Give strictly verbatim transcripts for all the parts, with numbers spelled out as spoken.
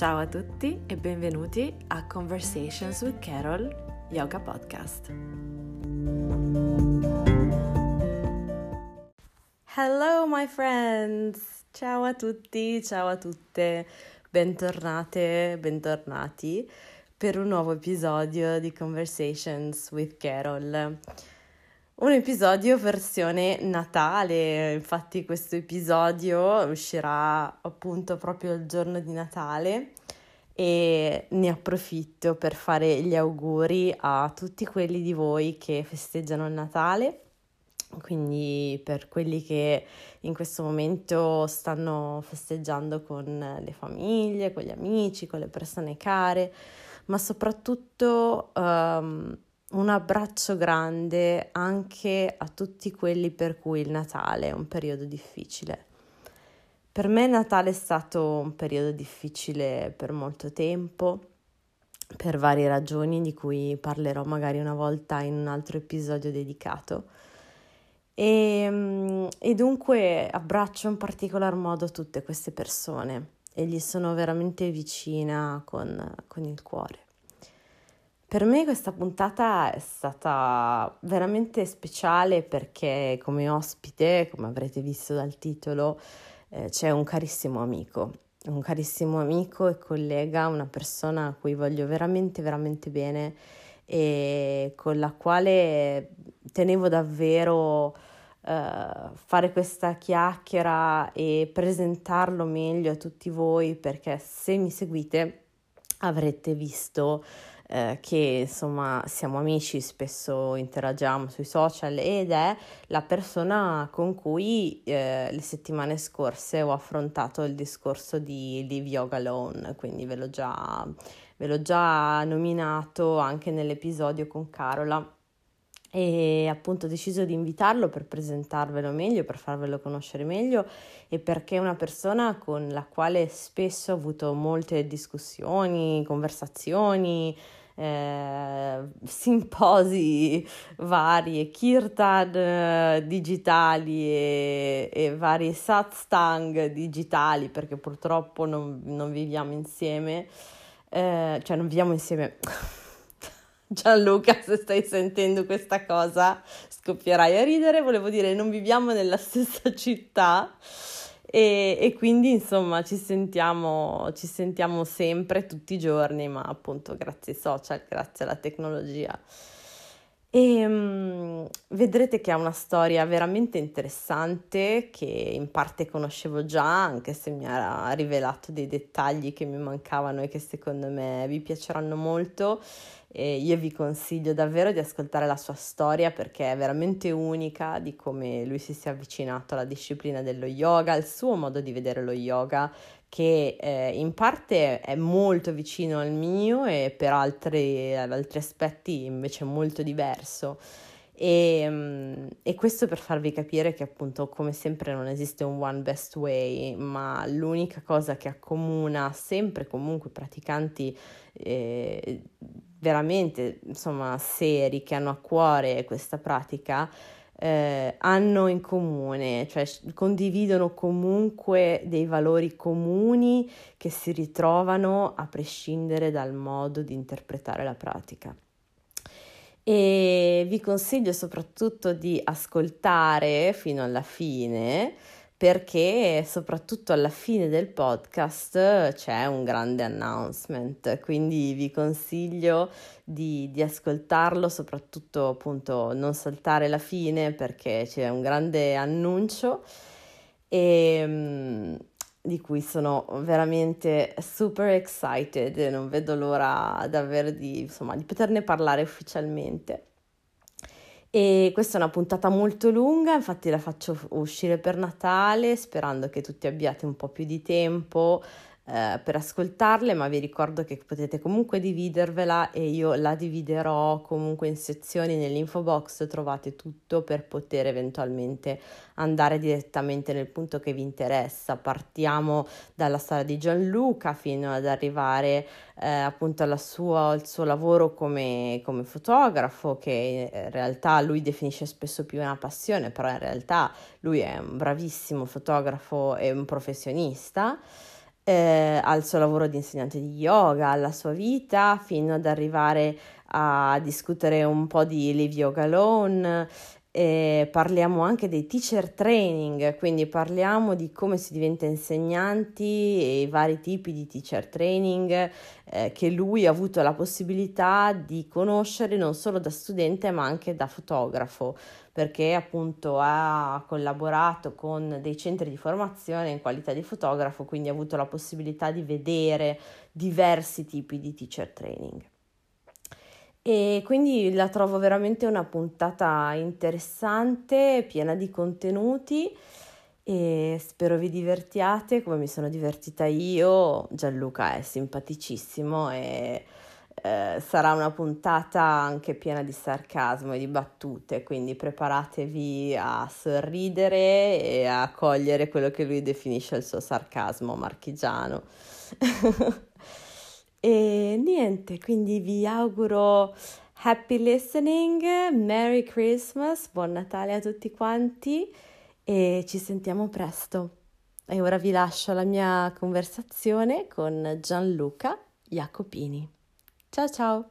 Ciao a tutti e benvenuti a Conversations with Carol Yoga Podcast. Hello my friends! Ciao a tutti, ciao a tutte, bentornate, bentornati per un nuovo episodio di Conversations with Carol. Un episodio versione Natale, infatti questo episodio uscirà appunto proprio il giorno di Natale e ne approfitto per fare gli auguri a tutti quelli di voi che festeggiano il Natale, quindi per quelli che in questo momento stanno festeggiando con le famiglie, con gli amici, con le persone care, ma soprattutto um, un abbraccio grande anche a tutti quelli per cui il Natale è un periodo difficile. Per me Natale è stato un periodo difficile per molto tempo, per varie ragioni di cui parlerò magari una volta in un altro episodio dedicato. E, e dunque abbraccio in particolar modo tutte queste persone e gli sono veramente vicina con, con il cuore. Per me questa puntata è stata veramente speciale perché come ospite, come avrete visto dal titolo, eh, c'è un carissimo amico, un carissimo amico e collega, una persona a cui voglio veramente, veramente bene e con la quale tenevo davvero eh, fare questa chiacchiera e presentarlo meglio a tutti voi, perché se mi seguite avrete visto Eh, che insomma siamo amici, spesso interagiamo sui social ed è la persona con cui eh, le settimane scorse ho affrontato il discorso di Live Yoga Alone, quindi ve l'ho già, ve l'ho già nominato anche nell'episodio con Carola e appunto ho deciso di invitarlo per presentarvelo meglio, per farvelo conoscere meglio e perché è una persona con la quale spesso ho avuto molte discussioni, conversazioni, Eh, simposi vari, kirtan eh, digitali e, e vari satsang digitali, perché purtroppo non, non viviamo insieme, eh, cioè non viviamo insieme. Gianluca, se stai sentendo questa cosa scoppierai a ridere. Volevo dire, non viviamo nella stessa città e, e quindi insomma ci sentiamo, ci sentiamo sempre, tutti i giorni, ma appunto grazie ai social, grazie alla tecnologia. E um, vedrete che ha una storia veramente interessante che in parte conoscevo già, anche se mi ha rivelato dei dettagli che mi mancavano e che secondo me vi piaceranno molto. E io vi consiglio davvero di ascoltare la sua storia perché è veramente unica, di come lui si sia avvicinato alla disciplina dello yoga, al suo modo di vedere lo yoga, che eh, in parte è molto vicino al mio e per altri, altri aspetti invece è molto diverso. E, e questo per farvi capire che appunto come sempre non esiste un one best way, ma l'unica cosa che accomuna sempre comunque i praticanti eh, veramente insomma seri che hanno a cuore questa pratica eh, hanno in comune, cioè condividono comunque dei valori comuni che si ritrovano a prescindere dal modo di interpretare la pratica. E vi consiglio soprattutto di ascoltare fino alla fine, perché soprattutto alla fine del podcast c'è un grande announcement, quindi vi consiglio di, di ascoltarlo, soprattutto appunto non saltare la fine perché c'è un grande annuncio e di cui sono veramente super excited e non vedo l'ora davvero di, insomma, di poterne parlare ufficialmente. E questa è una puntata molto lunga, infatti la faccio uscire per Natale sperando che tutti abbiate un po' più di tempo eh, per ascoltarle, ma vi ricordo che potete comunque dividervela e io la dividerò comunque in sezioni. Nell'info box trovate tutto per poter eventualmente andare direttamente nel punto che vi interessa. Partiamo dalla storia di Gianluca fino ad arrivare eh, appunto alla sua, al suo lavoro come, come fotografo, che in realtà lui definisce spesso più una passione, però in realtà lui è un bravissimo fotografo e un professionista. eh, al suo lavoro di insegnante di yoga, alla sua vita, fino ad arrivare a discutere un po' di Leave Yoga Alone. Eh, parliamo anche dei teacher training, quindi parliamo di come si diventa insegnanti e i vari tipi di teacher training eh, che lui ha avuto la possibilità di conoscere non solo da studente ma anche da fotografo, perché appunto ha collaborato con dei centri di formazione in qualità di fotografo, quindi ha avuto la possibilità di vedere diversi tipi di teacher training. E quindi la trovo veramente una puntata interessante, piena di contenuti e spero vi divertiate come mi sono divertita io. Gianluca è simpaticissimo e eh, sarà una puntata anche piena di sarcasmo e di battute, quindi preparatevi a sorridere e a cogliere quello che lui definisce il suo sarcasmo marchigiano. E niente, quindi vi auguro happy listening, Merry Christmas, buon Natale a tutti quanti e ci sentiamo presto. E ora vi lascio alla mia conversazione con Gianluca Jacopini. Ciao ciao!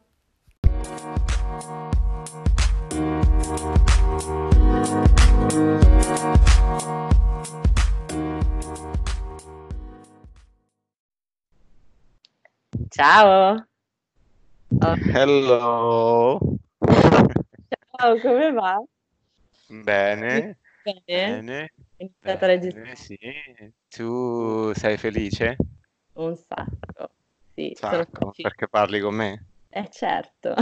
Ciao! Oh, Hello. ciao, come va? Bene, Bene? bene, Ho iniziato a bene, registrare sì. Tu sei felice? un sacco. Sì, sono Sacco, felice. perché parli con me? Eh certo.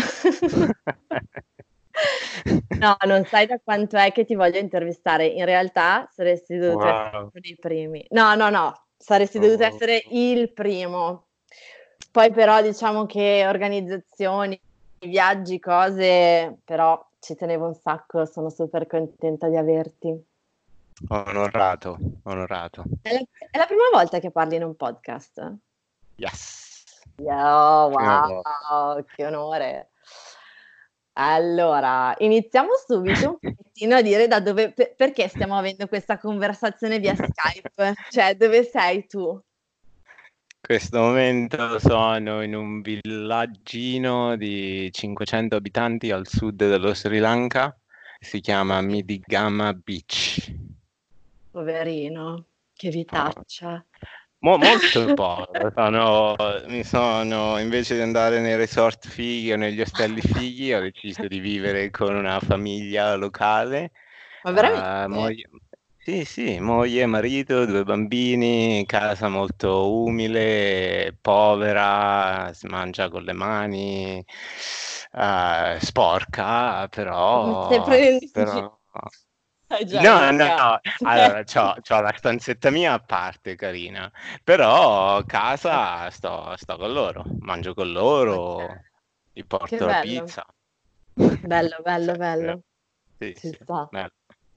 No, non sai da quanto è che ti voglio intervistare. In realtà saresti dovuto essere Wow. uno dei primi. No, no, no, saresti dovuto Oh. essere il primo. Poi però diciamo che organizzazioni, viaggi, cose, però ci tenevo un sacco, sono super contenta di averti. Onorato, onorato. È la, è la prima volta che parli in un podcast? Yes. Oh, Prima volta. wow, che onore. Allora, iniziamo subito un pochettino a dire da dove, per- perché stiamo avendo questa conversazione via Skype? Cioè, dove sei tu? In questo momento sono in un villaggino di cinquecento abitanti al sud dello Sri Lanka, si chiama Midigama Beach. Poverino, che Oh. vitaccia. Mo- molto povero. Sono- mi sono, invece di andare nei resort fighi o negli ostelli fighi, ho deciso di vivere con una famiglia locale. Ma Eh, veramente? moglie- sì, sì, moglie, marito, due bambini, casa molto umile, povera, si mangia con le mani, eh, sporca, Mi stai però, prendendo in giro. però... Sai No, no, Gianluca. no. Allora, c'ho, c'ho la stanzetta mia a parte, carina, però a Ok, casa sto, sto con loro, mangio con ok. loro, gli Che porto la bello. pizza. Bello, bello, Cioè, eh, bello. sì, Ci sì, sta. bello.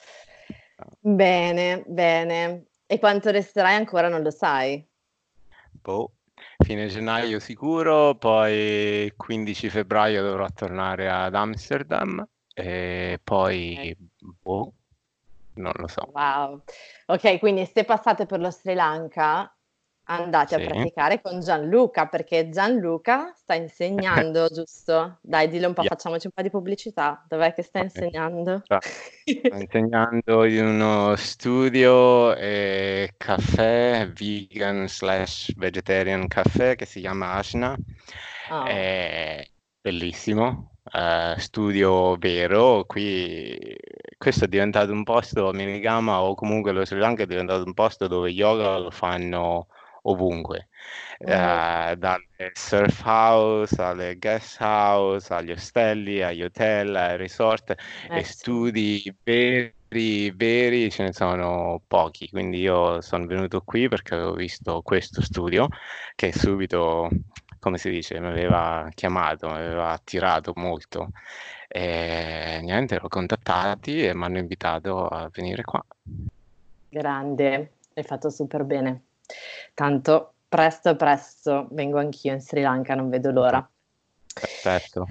Bene, bene. E quanto resterai ancora non lo sai? Boh, fine gennaio sicuro, poi il quindici febbraio dovrò tornare ad Amsterdam e Ok. poi, boh, non lo so. Wow. Ok, quindi se passate per lo Sri Lanka, andate a Sì. praticare con Gianluca, perché Gianluca sta insegnando, giusto? Dai, dillo un po', Yeah. facciamoci un po' di pubblicità. Dov'è che sta Vai. insegnando? Cioè, sto insegnando in uno studio e caffè, vegan slash vegetarian caffè che si chiama Ashna. Oh, È bellissimo, eh, studio vero. Qui questo è diventato un posto a Minigama o comunque lo Sri Lanka è diventato un posto dove yoga lo fanno ovunque, mhm. eh, dalle surf house alle guest house, agli ostelli, agli hotel, ai resort Eh e sì. studi veri, veri ce ne sono pochi. Quindi io sono venuto qui perché avevo visto questo studio che subito, come si dice, mi aveva chiamato, mi aveva attirato molto. E niente, l'ho contattati e mi hanno invitato a venire qua. Grande, hai fatto super bene. Tanto presto, presto vengo anch'io in Sri Lanka, non vedo Ah, l'ora. perfetto.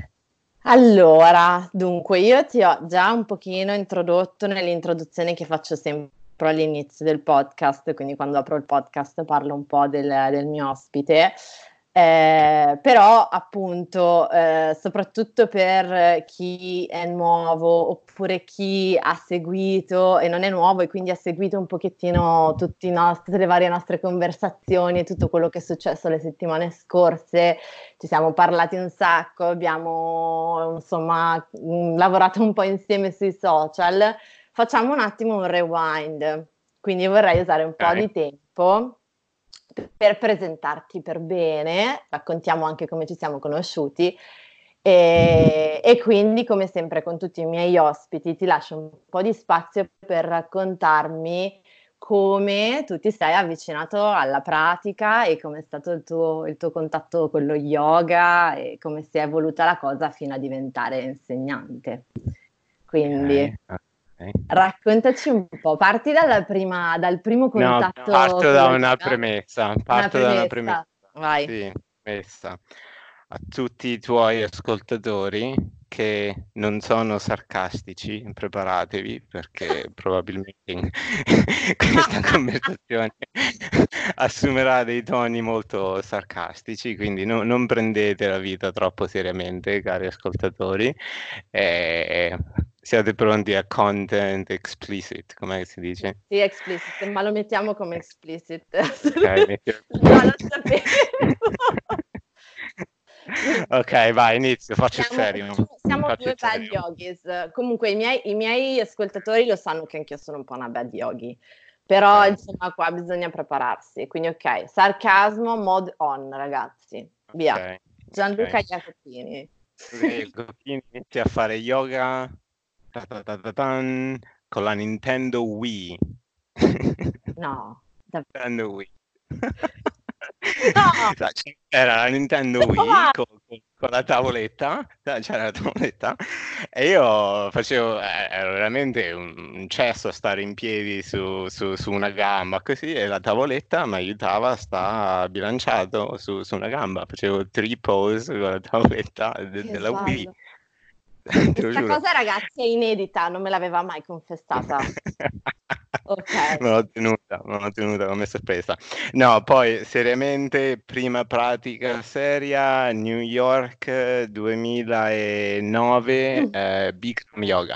Allora, dunque, io ti ho già un pochino introdotto nell'introduzione che faccio sempre sempre all'inizio del podcast, quindi quando apro il podcast parlo un po' del, del mio ospite. Eh, però appunto eh, soprattutto per chi è nuovo oppure chi ha seguito e non è nuovo e quindi ha seguito un pochettino tutti i nostri, tutte le varie nostre conversazioni, tutto quello che è successo le settimane scorse, ci siamo parlati un sacco, abbiamo insomma mh, lavorato un po' insieme sui social. Facciamo un attimo un rewind, quindi vorrei usare un po' Ok. di tempo per presentarti per bene, raccontiamo anche come ci siamo conosciuti e, e quindi come sempre con tutti i miei ospiti ti lascio un po' di spazio per raccontarmi come tu ti sei avvicinato alla pratica e come è stato il tuo, il tuo contatto con lo yoga e come si è evoluta la cosa fino a diventare insegnante. Quindi Ok, ok. raccontaci un po', parti dalla prima, dal primo No, contatto parto con da lo una yoga. premessa, Una parto da una premessa. premessa, vai. Sì, premessa. A tutti i tuoi ascoltatori che non sono sarcastici, preparatevi perché probabilmente in questa conversazione assumerà dei toni molto sarcastici, quindi no- non prendete la vita troppo seriamente, cari ascoltatori. Eh, siate pronti a content explicit, come si dice? Sì, explicit, ma lo mettiamo come explicit. Ok, metti- Già lo sapevo. Ok, vai, inizio, faccio il Siamo, serio. siamo- siamo Faccio il due bad serio. yogis. Comunque i miei, i miei ascoltatori lo sanno che anch'io sono un po' una bad yogi. Però Ok, insomma qua bisogna prepararsi. Quindi ok, sarcasmo, mod on, ragazzi. Via. ok, Gianluca ok. Jacopini. Prego, inizia a fare yoga ta ta ta ta tan, con la Nintendo Wii. No, davvero. Nintendo Wii. No! Sai, c'era la Nintendo Wii Dove? con, con- con la tavoletta, sai, c'era la tavoletta e io facevo, eh, ero veramente un, un cesso a stare in piedi su, su- su una gamba così e la tavoletta mi aiutava a stare bilanciato su, su una gamba, facevo three pose con la tavoletta de- Che della Wii, sballo. te lo Questa giuro. cosa, ragazzi, è inedita, non me l'aveva mai confessata. Ok. Me l'ho tenuta, me l'ho tenuta come sorpresa. No, poi seriamente, prima pratica seria, New York duemilanove, eh, Bikram Yoga.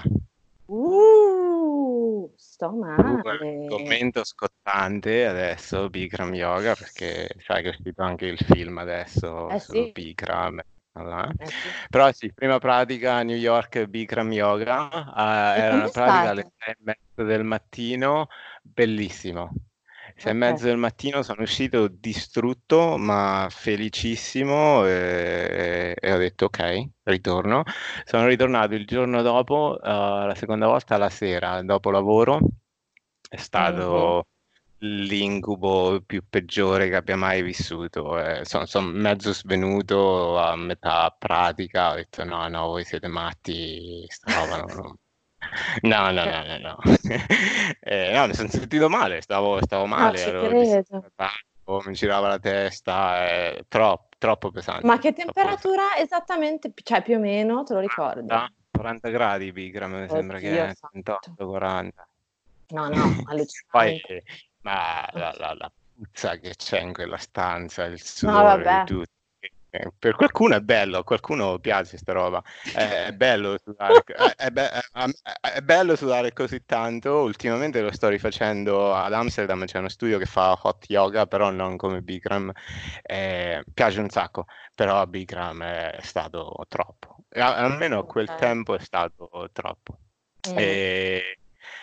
Uh, sto Uh, male. argomento scottante adesso, Bikram Yoga, perché sai che è uscito anche il film adesso Eh su sì, Bikram. Voilà. eh sì. Però sì, prima pratica a New York Bikram Yoga, eh, E era com'è una pratica alle stato? sei e mezza del mattino, bellissimo. Sei e Ok. mezza del mattino sono uscito distrutto, ma felicissimo e, e ho detto ok, ritorno. Sono ritornato il giorno dopo, eh, la seconda volta la sera, dopo lavoro. È Mhm. stato l'incubo più peggiore che abbia mai vissuto. Eh, sono, sono mezzo svenuto a metà pratica, ho detto no, no, voi siete matti, sta roba no, no. No, no, no, no, no. Eh, no, mi sono sentito male, stavo, stavo No, male, ci ero credo. disidratato, mi girava la testa, è troppo, troppo Ma pesante, che troppo pesante. temperatura esattamente, cioè più o meno, te lo ricordi? quaranta, quaranta gradi Bikram, mi sembra che Oddio è santo. trentotto quaranta. No, no, Poi, allucinante. ma la, la- la puzza che c'è in quella stanza, il No, sudore di vabbè. tutti. eh, Per qualcuno è bello, a qualcuno piace sta roba. È, è bello sudare, è, è be- a me- è bello sudare così tanto. Ultimamente lo sto rifacendo ad Amsterdam, c'è uno studio che fa hot yoga, però non come Bikram. Eh, piace un sacco, però Bikram è stato troppo. A- almeno a quel Ok. tempo è stato troppo. Mm. E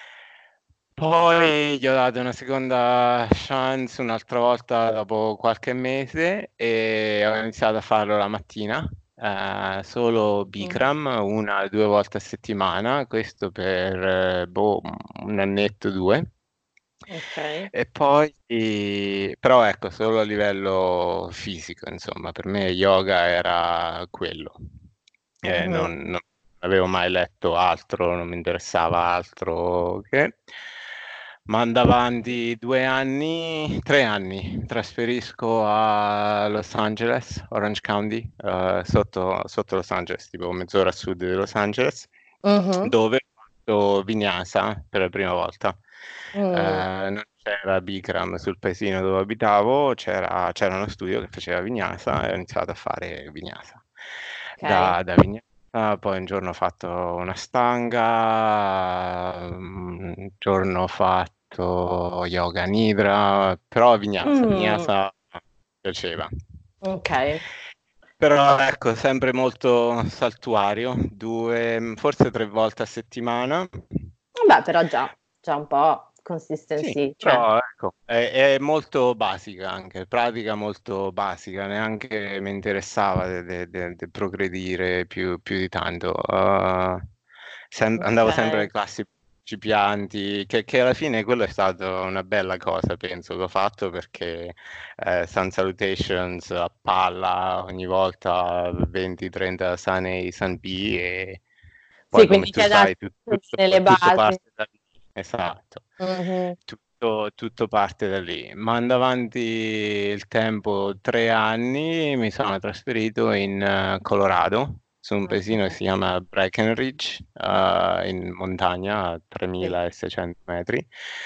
poi gli ho dato una seconda chance un'altra volta dopo qualche mese e ho iniziato a farlo la mattina, eh, solo Mhm. Bikram, una o due volte a settimana, questo per eh, boh, un annetto, due. Ok. E poi, però ecco, solo a livello fisico, insomma, per me yoga era quello. Eh, Mhm. non, non avevo mai letto altro, non mi interessava altro che. Manda avanti due anni, tre anni, trasferisco a Los Angeles, Orange County, eh, sotto, sotto Los Angeles, tipo mezz'ora a sud di Los Angeles, Mhm. dove ho fatto Vinyasa per la prima volta. Mm, Eh, non c'era Bikram sul paesino dove abitavo, c'era c'era uno studio che faceva Vinyasa e ho iniziato a fare Vinyasa. ok. Da, da Vinyasa poi un giorno ho fatto una stanga, un giorno ho fatto yoga nidra, però Vinyasa, Mm, Vinyasa mi piaceva. ok. Però ecco, sempre molto saltuario, due, forse tre volte a settimana. Vabbè, però già, già un po' Sì, consistency, cioè. però ecco, è, è molto basica anche, pratica molto basica, neanche mi interessava di progredire più, più di tanto. Uh, sem- andavo sempre ai Ok. classi principianti, che, che alla fine quello è stata una bella cosa, penso, che ho fatto perché eh, Sun Salutations a palla ogni volta venti trenta Sun A, Sun B e Sì, poi come quindi ti tu ha dato sai tutto, nelle tutto basi. parte da lì. Esatto, Mhm. tutto, tutto parte da lì. Manda avanti il tempo tre anni, mi sono trasferito in eh, Colorado, su un paesino che Mhm. si chiama Breckenridge, eh, in montagna a Sì. tremilaseicento metri,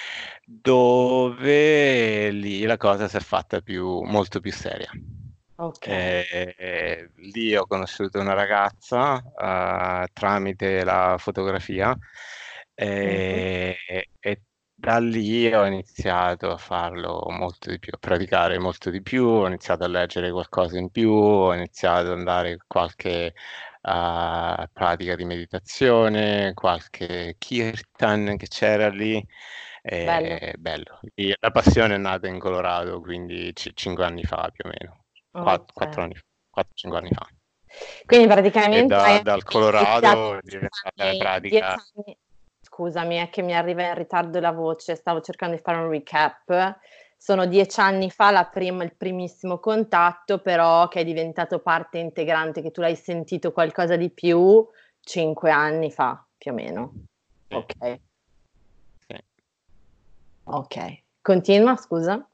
dove lì la cosa si è fatta più, molto più seria. Ok. E, lì ho conosciuto una ragazza eh, tramite la fotografia Mhm. e, e da lì ho iniziato a farlo molto di più, a praticare molto di più, ho iniziato a leggere qualcosa in più, ho iniziato ad andare a qualche eh, pratica di meditazione, qualche kirtan che c'era lì. Bello. È bello. E la passione è nata in Colorado, quindi c- cinque anni fa più o meno, quattro, Ok. anni fa, quattro cinque anni fa. Quindi E praticamente da- hai dal iniziato Colorado è dieci diventata anni, dieci pratica. anni. Scusami, è che mi arriva in ritardo la voce, stavo cercando di fare un recap. Sono dieci anni fa la prima- il primissimo contatto, però che è diventato parte integrante, che tu l'hai sentito qualcosa di più cinque anni fa, più o meno. Sì, Ok, sì. ok. Continua, scusa.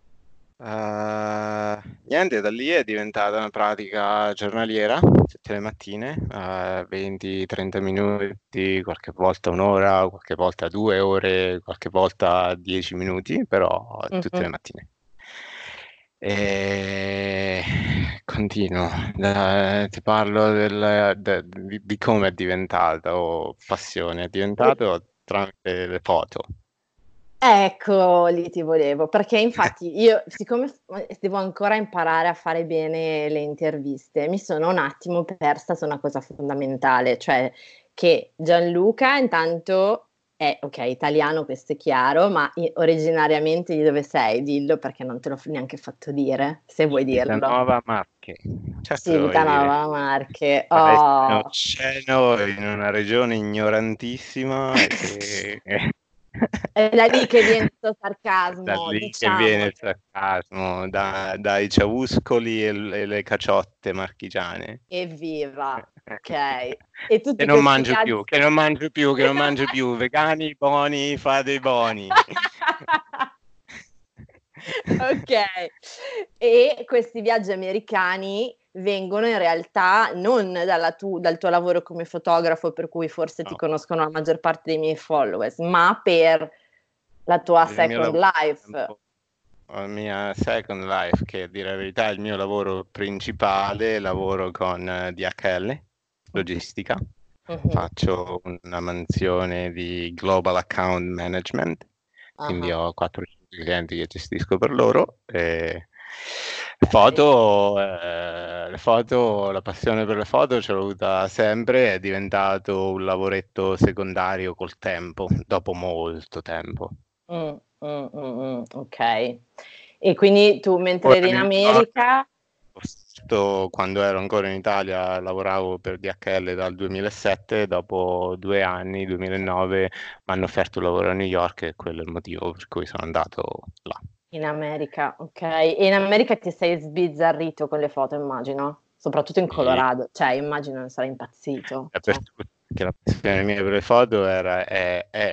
Eh, niente, da lì è diventata una pratica giornaliera, tutte le mattine, eh, venti trenta minuti, qualche volta un'ora, qualche volta due ore, qualche volta dieci minuti, però tutte le Mhm. mattine. E continuo, Da- ti parlo del- de- di, di come è diventata, o passione, è diventato tramite le foto. Ecco, lì ti volevo, perché infatti io, siccome f- devo ancora imparare a fare bene le interviste, mi sono un attimo persa su una cosa fondamentale, cioè che Gianluca intanto è, ok, italiano, questo è chiaro, ma i- originariamente di dove sei? Dillo perché non te l'ho neanche fatto dire, se vuoi dirlo. Civitanova Marche, certo lo voglio dire. Civitanova, Marche. Paesino Oh. osceno in una regione ignorantissima e che È da lì che viene il tuo da sarcasmo, lì che viene diciamolo. il sarcasmo, da- dai ciauscoli e, l- e le caciotte marchigiane. Evviva, ok. E Che tutti non questi mangio viaggi. più, che non mangio più, che non mangio più. Vegani, buoni, fate i buoni. Ok, e questi viaggi americani vengono in realtà non dalla tu- dal tuo lavoro come fotografo, per cui forse ti No, conoscono la maggior parte dei miei followers, ma per la tua per il mio second lavoro, life. la mia second life, che a dire la verità è il mio lavoro principale, lavoro con eh, D H L, logistica. Mhm. Faccio una mansione di Global Account Management, quindi Ah, ho quattro cinque clienti che gestisco per loro. E ok. foto, eh, le foto, la passione per le foto ce l'ho avuta sempre, è diventato un lavoretto secondario col tempo, dopo molto tempo. Mm, mm, mm, mm, ok. E quindi tu mentre Ora eri in New York, America. sto- quando ero ancora in Italia, lavoravo per D H L dal duemilasette, dopo due anni, duemilanove, mi hanno offerto un lavoro a New York e quello è il motivo per cui sono andato là. In America, ok. E in America ti sei sbizzarrito con le foto, immagino. Soprattutto in E Colorado. Cioè, immagino ne sarai impazzito. Cioè. dappertutto, perché la passione mia per le foto era, è, è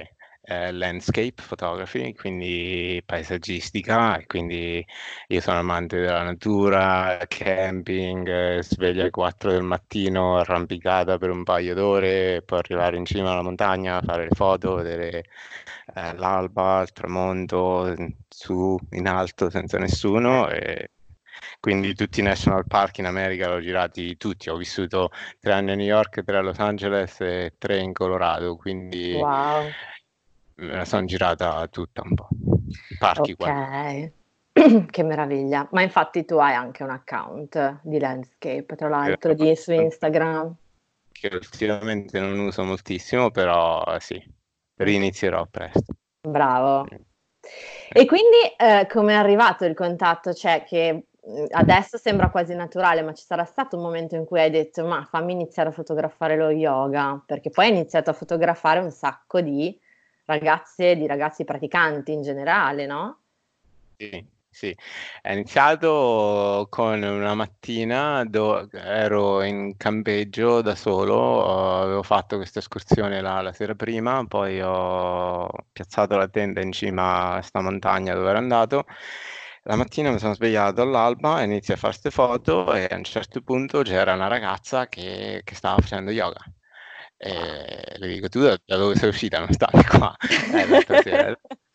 eh, landscape photography, quindi paesaggistica, e quindi io sono amante della natura, camping, eh, sveglia alle quattro del mattino, arrampicata per un paio d'ore, poi arrivare in cima alla montagna, fare le foto, vedere eh, l'alba, il tramonto, su, in alto, senza nessuno. E quindi tutti i national park in America l'ho girati tutti. Ho vissuto tre anni a New York, tre a Los Angeles e tre in Colorado, quindi Wow, me la sono girata tutta un po'. I parchi ok, qua. che meraviglia. Ma infatti tu hai anche un account di landscape, tra Eh, l'altro, di, su Instagram. Che ultimamente non uso moltissimo, però sì, Mm, rinizierò presto. bravo. Mm. E quindi eh, come è arrivato il contatto? Cioè che mh, adesso sembra quasi naturale, ma ci sarà stato un momento in cui hai detto, ma fammi iniziare a fotografare lo yoga, perché poi hai iniziato a fotografare un sacco di ragazze, di ragazzi praticanti in generale, no? Sì, sì. È iniziato con una mattina dove ero in campeggio da solo, eh, avevo fatto questa escursione là la sera prima, poi ho piazzato la tenda in cima a sta montagna dove ero andato. La mattina mi sono svegliato all'alba e inizio a fare queste foto e a un certo punto c'era una ragazza che, che stava facendo yoga. Wow. E le dico, tu da, da dove sei uscita? Non stavi qua eh, l'altra sera.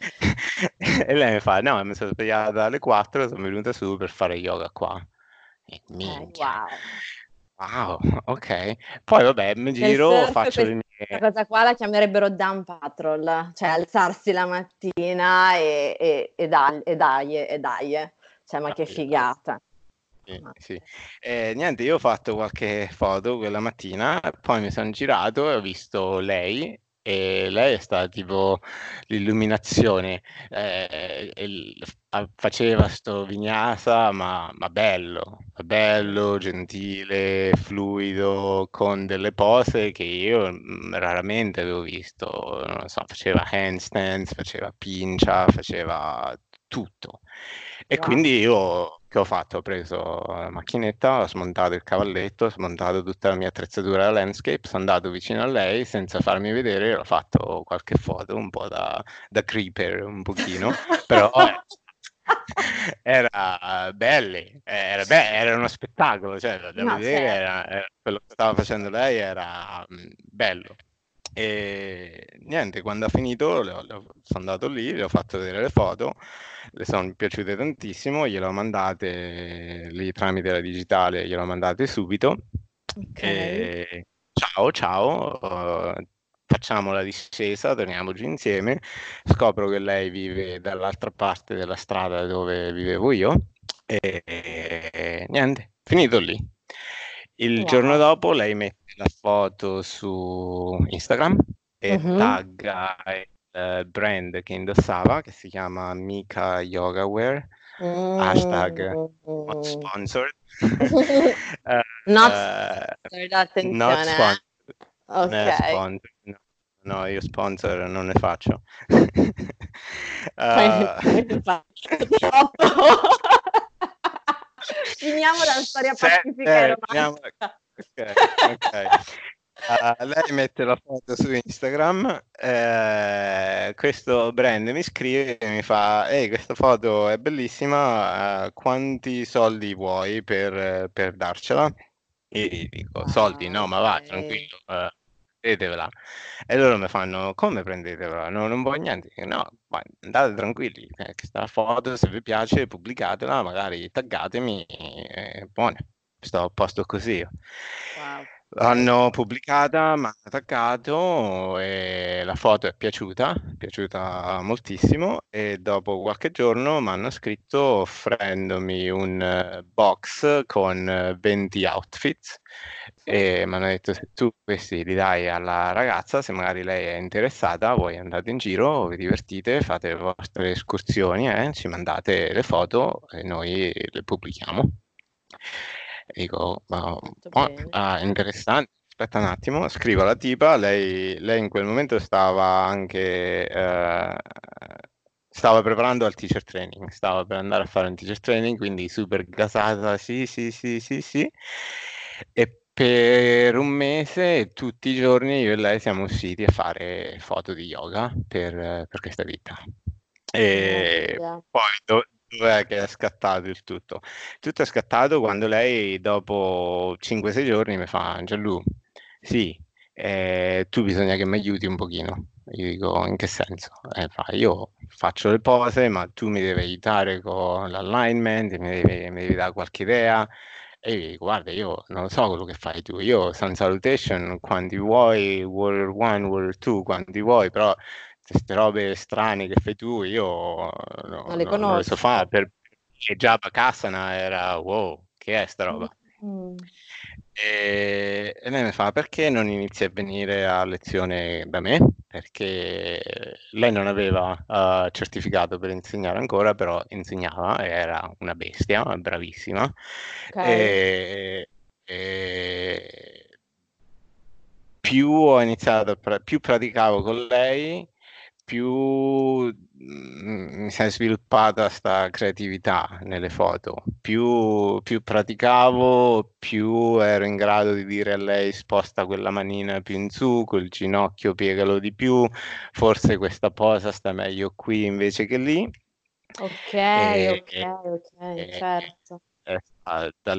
E lei mi fa, no, mi sono svegliata alle quattro, sono venuta su per fare yoga qua. E Ok, minchia. wow. Wow, ok. Poi vabbè, mi Nel giro, surf faccio le questa mie... cosa qua la chiamerebbero down patrol, cioè alzarsi la mattina e, e, e dai, e dai, e dai. Cioè, ma che Dai, dai. figata. Sì, Ma- sì. Eh, niente, io ho fatto qualche foto quella mattina, poi mi sono girato e ho visto lei e lei è stata tipo l'illuminazione. Eh, il- fa- faceva sto vinyasa, ma, ma bello, bello, gentile, fluido, con delle pose che io mm, raramente avevo visto. Non lo so, faceva handstands, faceva pincia, faceva tutto. E Wow. quindi io che ho fatto? Ho preso la macchinetta, ho smontato il cavalletto, ho smontato tutta la mia attrezzatura da landscape, sono andato vicino a lei senza farmi vedere, ho fatto qualche foto, un po' da, da creeper, un pochino, però eh, era belli, era, be- era uno spettacolo, cioè da da No, vedere certo. era, era- quello che stava facendo lei era mm, bello. E niente, quando ha finito le ho- le ho- sono andato lì, le ho fatto vedere le foto, le sono piaciute tantissimo, gliele ho mandate lì tramite la digitale, gliele ho mandate subito. Ok. E ciao, ciao, eh, facciamo la discesa, torniamo giù insieme. Scopro che lei vive dall'altra parte della strada dove vivevo io e, e niente, finito lì. Il giorno Wow. dopo lei mette la foto su Instagram e Mhm. tagga il eh, brand che indossava, che si chiama Mika Yoga Wear, hashtag not Mm. sponsored. Eh, Not eh, sponsored, not attenzione, eh. sponsored, non Ok. è sponsor, no, no, io sponsor non ne faccio. Poi Eh, poi mi fa troppo. Finiamo la storia se, pacifica e eh, finiamo- romantica. ok, ok. Ah, lei mette la foto su Instagram, eh, questo brand mi scrive e mi fa: Ehi, questa foto è bellissima, eh, quanti soldi vuoi per, per darcela? E gli dico: Soldi, no, Wow, ma va, ok. tranquillo, eh, prendetevela. E loro mi fanno: Come prendetevela? No, non voglio niente. Dico, no, ma andate tranquilli, eh, questa foto, se vi piace, pubblicatela, magari taggatemi, eh, buone. Sto a posto così io. Wow, L'hanno pubblicata, mi hanno attaccato e la foto è piaciuta, è piaciuta moltissimo e dopo qualche giorno mi hanno scritto offrendomi un eh, box con eh, venti outfits e mi hanno detto se tu questi li dai alla ragazza, se magari lei è interessata, voi andate in giro, vi divertite, fate le vostre escursioni, eh, ci mandate le foto e noi le pubblichiamo. E dico, ma molto oh, bene. ah, interessante. Aspetta un attimo, scrivo alla tipa, lei, lei in quel momento stava anche, eh, stava preparando al teacher training, stava per andare a fare un teacher training, quindi super gasata, sì, sì, sì, sì, sì. E per un mese, tutti i giorni, io e lei siamo usciti a fare foto di yoga per, per questa vita. Che E meraviglia. poi do- dov'è che è scattato il tutto? Tutto è scattato quando lei, dopo cinque sei giorni, mi fa: Gianlu, sì, eh, tu bisogna che mi aiuti un pochino. Io dico: in che senso? Eh, fa, io faccio le pose, ma tu mi devi aiutare con l'alignment, mi devi, mi devi dare qualche idea. E io dico: guarda, io non lo so quello che fai tu, io Sun Salutation quando vuoi, Warrior uno, Warrior due, quando vuoi, però queste robe strane che fai tu, io no- Non le no- non le so conosco. fare. Per e già Bakasana era wow, che è sta roba? Mm. E, e lei mi fa: perché non inizi a venire a lezione da me? Perché lei non aveva eh, certificato per insegnare ancora, però insegnava, era una bestia, bravissima. Ok. E, e più ho iniziato, a pra- più praticavo con lei, più mm, mi si è sviluppata sta creatività nelle foto. Più, più praticavo, più ero in grado di dire a lei: sposta quella manina più in su, quel ginocchio piegalo di più, forse questa posa sta meglio qui invece che lì. Ok, E, ok, e- ok, e- certo. e sta- da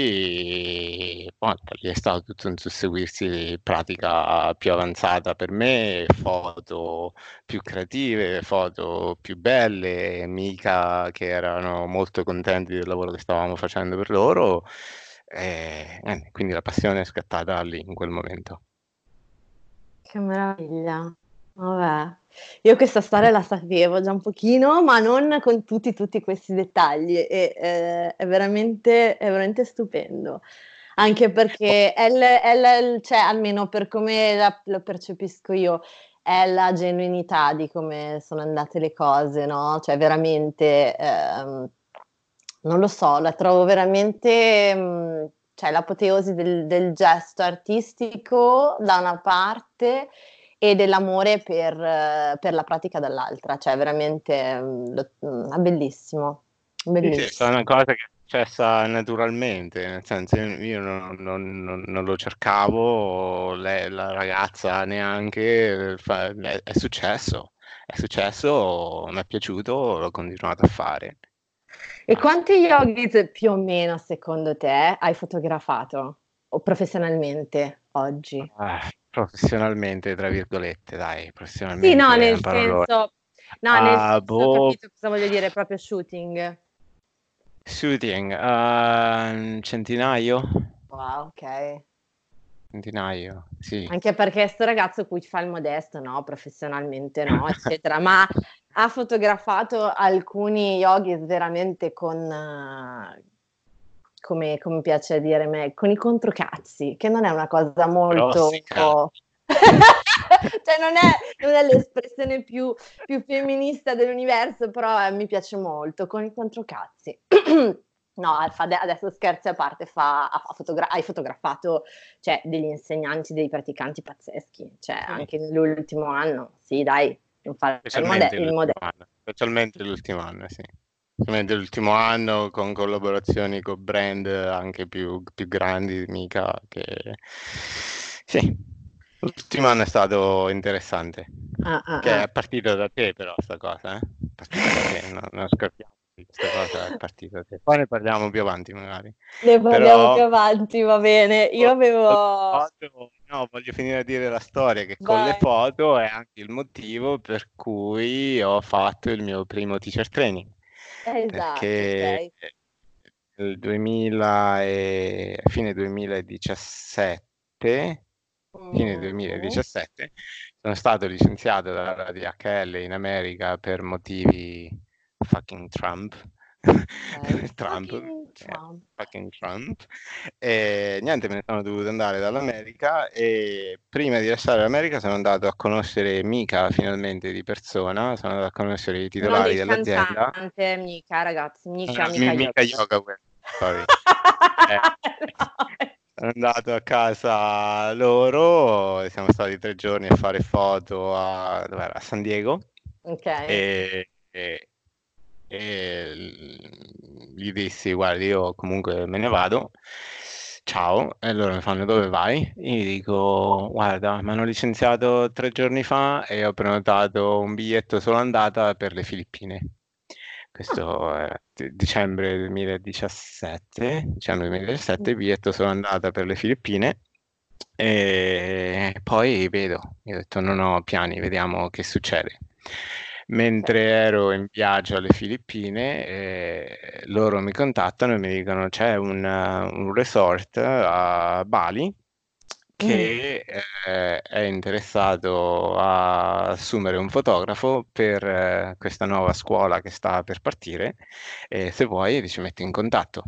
lì, poi, da lì è stato tutto un susseguirsi di pratica più avanzata per me, foto più creative, foto più belle, mica che erano molto contenti del lavoro che stavamo facendo per loro. E, eh, quindi la passione è scattata lì in quel momento. Che meraviglia. Vabbè, io questa storia la sapevo già un pochino, ma non con tutti, tutti questi dettagli. E, eh, è veramente, è veramente stupendo. Anche perché è, il- è il- cioè, almeno per come la- lo percepisco io, è la genuinità di come sono andate le cose, no? Cioè, veramente, ehm, non lo so, la trovo veramente, mh, cioè, l'apoteosi del, del gesto artistico da una parte e dell'amore per, eh, per la pratica dall'altra, cioè, veramente, mh, lo- mh, è bellissimo, Sì, sì, è stata bellissimo. una cosa che è successa naturalmente, nel senso io, io non, non- non- non lo cercavo, lei- la ragazza neanche, fa- è, è successo, è successo, mi è piaciuto, l'ho continuato a fare. E Basta. quanti yogis più o meno, secondo te, hai fotografato o professionalmente oggi? Ah, professionalmente, tra virgolette, dai, Sì, no, professionalmente è nel un parolone. senso, no, nel Ah, senso, ho boh, capito cosa voglio dire, proprio shooting. shooting, ah, un centinaio? Wow, ok. Centinaio, sì. Anche perché sto ragazzo qui fa il modesto, no, professionalmente no, eccetera, ma ha fotografato alcuni yogis veramente con, eh, come, come piace dire a me, con i controcazzi, che non è una cosa molto... Grossi cazzo. Cioè non è, non è l'espressione più, più femminista dell'universo, però eh, mi piace molto, con i controcazzi. No, fa- adesso scherzi a parte, fa, ha fotogra- hai fotografato cioè, degli insegnanti, dei praticanti pazzeschi, cioè Sì. anche nell'ultimo anno, sì dai, non fare il, mode- Specialmente il l'ultimo modello. anno, specialmente l'ultimo anno, sì. Specialmente l'ultimo anno con collaborazioni con brand anche più, più grandi, mica che... Sì, l'ultimo anno è stato interessante, Ah, ah, che ah. è partito da te però sta cosa, eh? È partita da te, no- non scherziamo, questa cosa è partita da te. Poi ne parliamo più avanti magari, Ne parliamo più però... avanti, va bene. Io Con le avevo... foto, no, voglio finire a dire la storia, che con le Vai. foto è anche il motivo per cui ho fatto il mio primo teacher training, Eh, esatto, perché ok. nel duemila e, fine duemiladiciassette, fine Mhm. duemiladiciassette, sono stato licenziato dalla D H L in America per motivi fucking Trump. Ok. Trump, Fucking eh, Trump. fucking Trump. E niente, me ne sono dovuto andare dall'America e prima di lasciare l'America sono andato a conoscere Mika finalmente di persona, sono andato a conoscere i Non titolari il dell'azienda. cantante, mica ragazzi, mica, Ah, Mi- mica Mika yoga. Yoga Wear, sorry. Eh, No. sono andato a casa loro, siamo stati tre giorni a fare foto a, dov'era? A San Diego Ok. e, e- e gli dissi: guardi, io comunque me ne vado, ciao, e loro mi fanno dove vai? Io gli dico, guarda, mi hanno licenziato tre giorni fa e ho prenotato un biglietto solo andata per le Filippine. Ah, Questo è di- dicembre duemiladiciassette, dicembre duemiladiciassette, biglietto solo andata per le Filippine e poi vedo, io ho detto non ho piani, vediamo che succede. ok. Mentre ero in viaggio alle Filippine, eh, loro mi contattano e mi dicono c'è un, uh, un resort a Bali Mm, che eh, è interessato a assumere un fotografo per eh, questa nuova scuola che sta per partire e se vuoi ci metti in contatto.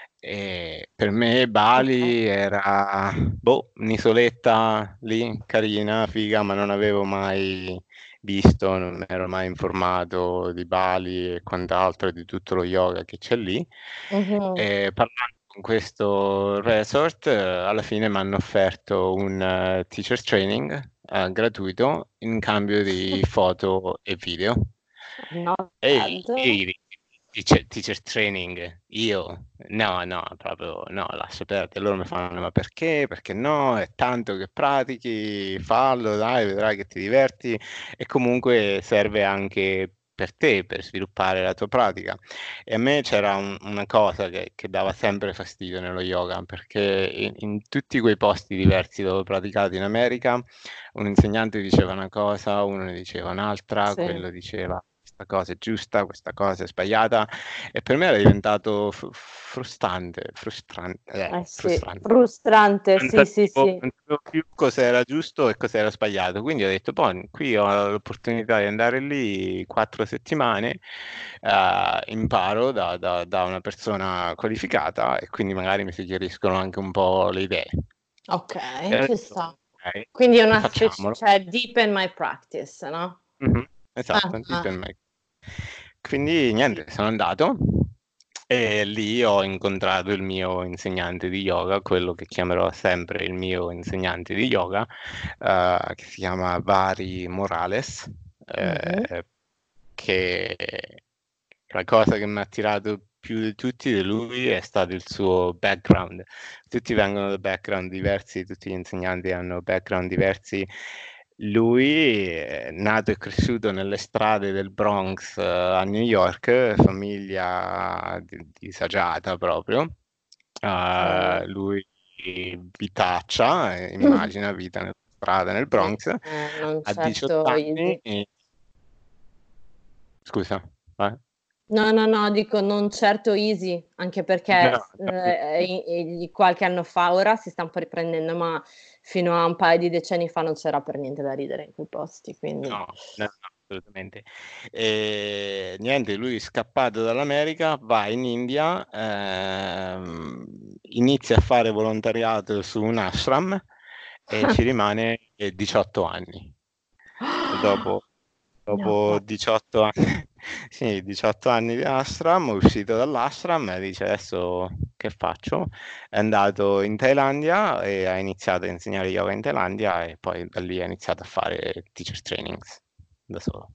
E per me ok. Bali era boh, un'isoletta lì, carina, figa, ma non avevo mai visto, non mi ero mai informato di Bali e quant'altro, e di tutto lo yoga che c'è lì. Mhm. E parlando con questo resort, eh, alla fine mi hanno offerto un eh, teacher training eh, gratuito in cambio di foto e video. Not Ehi, bad. ehi, teacher, teacher training, io? No, no, proprio no, lascia perdere. Loro mi fanno, ma perché? Perché no? È tanto che pratichi, fallo, dai, vedrai che ti diverti e comunque serve anche per te, per sviluppare la tua pratica. E a me c'era un- una cosa che, che dava sempre fastidio nello yoga, perché in, in tutti quei posti diversi dove ho praticato in America, un insegnante diceva una cosa, uno ne diceva un'altra, Sì. quello diceva questa cosa è giusta, questa cosa è sbagliata, e per me era diventato fr- frustrante, frustrante, eh, Eh sì, frustrante. frustrante, Non sì, sì, sapevo, sì. non sapevo più cos'era giusto e cos'era sbagliato, quindi ho detto, poi qui ho l'opportunità di andare lì quattro settimane, eh, imparo da, da- da una persona qualificata e quindi magari mi si chiariscono anche un po' le idee. E Ok, ho ci detto, sta. ok, Quindi è una specie, facciamolo. cioè deepen my practice, no? Mhm, Ah, esatto, deep ah. and Mac. Quindi niente, sono andato e lì ho incontrato il mio insegnante di yoga, quello che chiamerò sempre il mio insegnante di yoga, eh, che si chiama Vari Morales, Mhm. eh, che la cosa che mi ha attirato più di tutti di lui è stato il suo background. Tutti vengono da background diversi, tutti gli insegnanti hanno background diversi. Lui è nato e cresciuto nelle strade del Bronx, eh, a New York, famiglia di- disagiata proprio. Ok. Uh, lui vitaccia, eh, immagina vita nella strada nel Sì, Bronx, eh, non a diciotto certo anni. easy. e- Scusa, vai. No, no, no, dico non certo easy, anche perché No, no, eh, i- i- qualche anno fa ora si sta un po' riprendendo, ma fino a un paio di decenni fa non c'era per niente da ridere in quei posti, quindi... no, no, no, assolutamente. E, niente, lui scappato dall'America, va in India, ehm, inizia a fare volontariato su un ashram e ci rimane eh, diciotto anni. Dopo, No, dopo diciotto anni, sì, diciotto anni di ashram, è uscito dall'ashram e dice adesso che faccio? È andato in Thailandia e ha iniziato a insegnare yoga in Thailandia e poi da lì ha iniziato a fare teacher trainings da solo.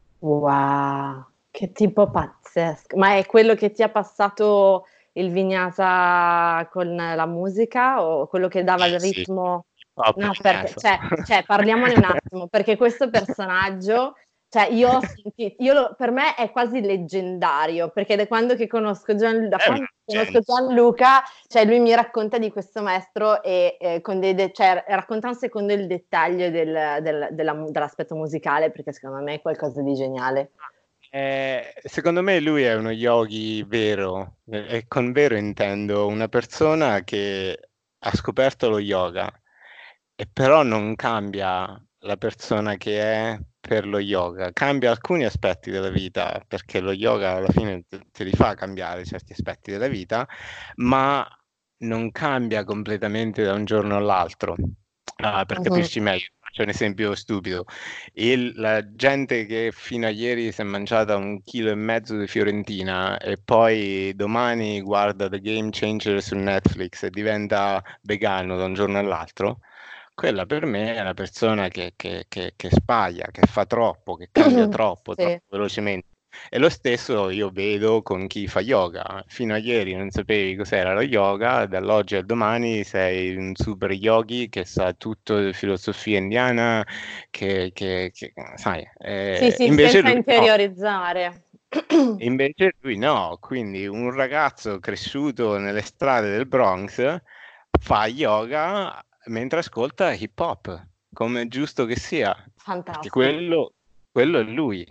wow, che tipo pazzesco. Ma è quello che ti ha passato il Vinyasa con la musica o quello che dava il Sì, ritmo? ho No, perché, preso. cioè, cioè, parliamone un attimo, perché questo personaggio, cioè, io ho sentito, io lo- per me è quasi leggendario, perché da quando che conosco Gian, da È una quando conosco leggenda. Gianluca, cioè, lui mi racconta di questo maestro e eh, con dei de- cioè, racconta un secondo il dettaglio del- del- della- dell'aspetto musicale, perché secondo me è qualcosa di geniale. Eh, secondo me lui è uno yogi vero, eh, e con vero intendo una persona che ha scoperto lo yoga e però non cambia la persona che è per lo yoga, cambia alcuni aspetti della vita perché lo yoga alla fine te, te li fa cambiare certi aspetti della vita, ma non cambia completamente da un giorno all'altro. Ah, per Mhm. capirci meglio, faccio un esempio stupido. Il- la gente che fino a ieri si è mangiata un chilo e mezzo di Fiorentina e poi domani guarda The Game Changer su Netflix e diventa vegano da un giorno all'altro, quella per me è una persona che, che, che, che sbaglia, che fa troppo, che cambia troppo, Sì. troppo velocemente. E lo stesso io vedo con chi fa yoga. Fino a ieri non sapevi cos'era lo yoga, dall'oggi al domani sei un super yogi che sa tutto di filosofia indiana, che, che- che- sai, Sì, eh, sì, invece senza lui no. interiorizzare. Invece lui no, quindi un ragazzo cresciuto nelle strade del Bronx fa yoga mentre ascolta hip hop, come è giusto che sia, perché Fantastico. quello, quello è lui.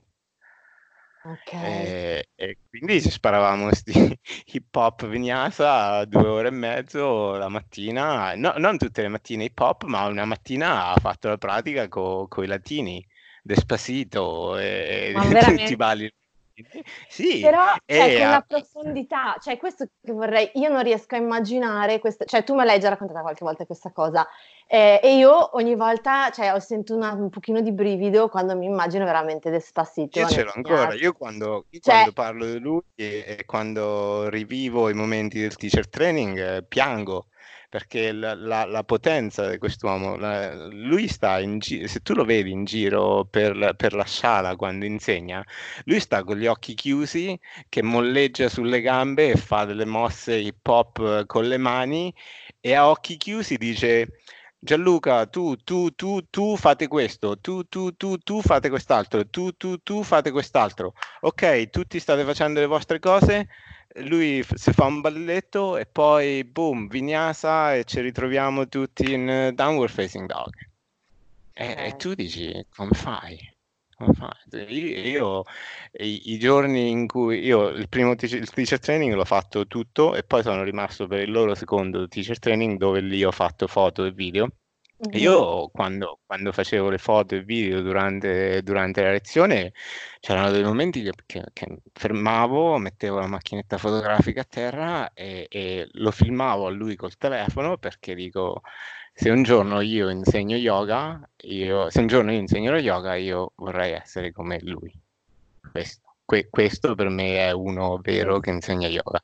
Ok. E, e quindi ci sparavamo sti hip hop vinyasa due ore e mezzo la mattina, no, non tutte le mattine hip hop, ma una mattina ha fatto la pratica con i latini, Despacito e, Ma e tutti i veramente. vari. Sì, Però, cioè, e con la ha- profondità, cioè, questo che vorrei, io non riesco a immaginare, questa, cioè, tu me l'hai già raccontata qualche volta questa cosa, eh, e io ogni volta, cioè, ho sentito una- un pochino di brivido quando mi immagino veramente io Despacito ce nel l'ho ancora, vinyasa. io quando, io Cioè, quando parlo di lui e, e quando rivivo i momenti del teacher training, eh, piango, perché la, la- la potenza di quest'uomo, la- lui sta in giro, se tu lo vedi in giro per, la- per la sala quando insegna, lui sta con gli occhi chiusi, che molleggia sulle gambe e fa delle mosse hip hop eh, con le mani e a occhi chiusi dice... Gianluca, tu, tu, tu, tu fate questo, tu, tu, tu, tu fate quest'altro, tu, tu, tu fate quest'altro. Ok, tutti state facendo le vostre cose, lui f- si fa un balletto e poi boom, vinyasa e ci ritroviamo tutti in eh, Downward Facing Dog. E, e ok. tu dici, come fai? Come fai? Io, io- i, i giorni in cui io il primo teacher, il teacher training l'ho fatto tutto e poi sono rimasto per il loro secondo teacher training dove lì ho fatto foto e video. E Mhm. io quando, quando facevo le foto e video durante, durante la lezione c'erano dei momenti che, che- che fermavo, mettevo la macchinetta fotografica a terra e, e lo filmavo a lui col telefono perché dico, se un giorno io insegno yoga, io, se un giorno io insegno lo yoga, io vorrei essere come lui. Questo, Que- questo per me è uno vero che Bellissimo. insegna yoga.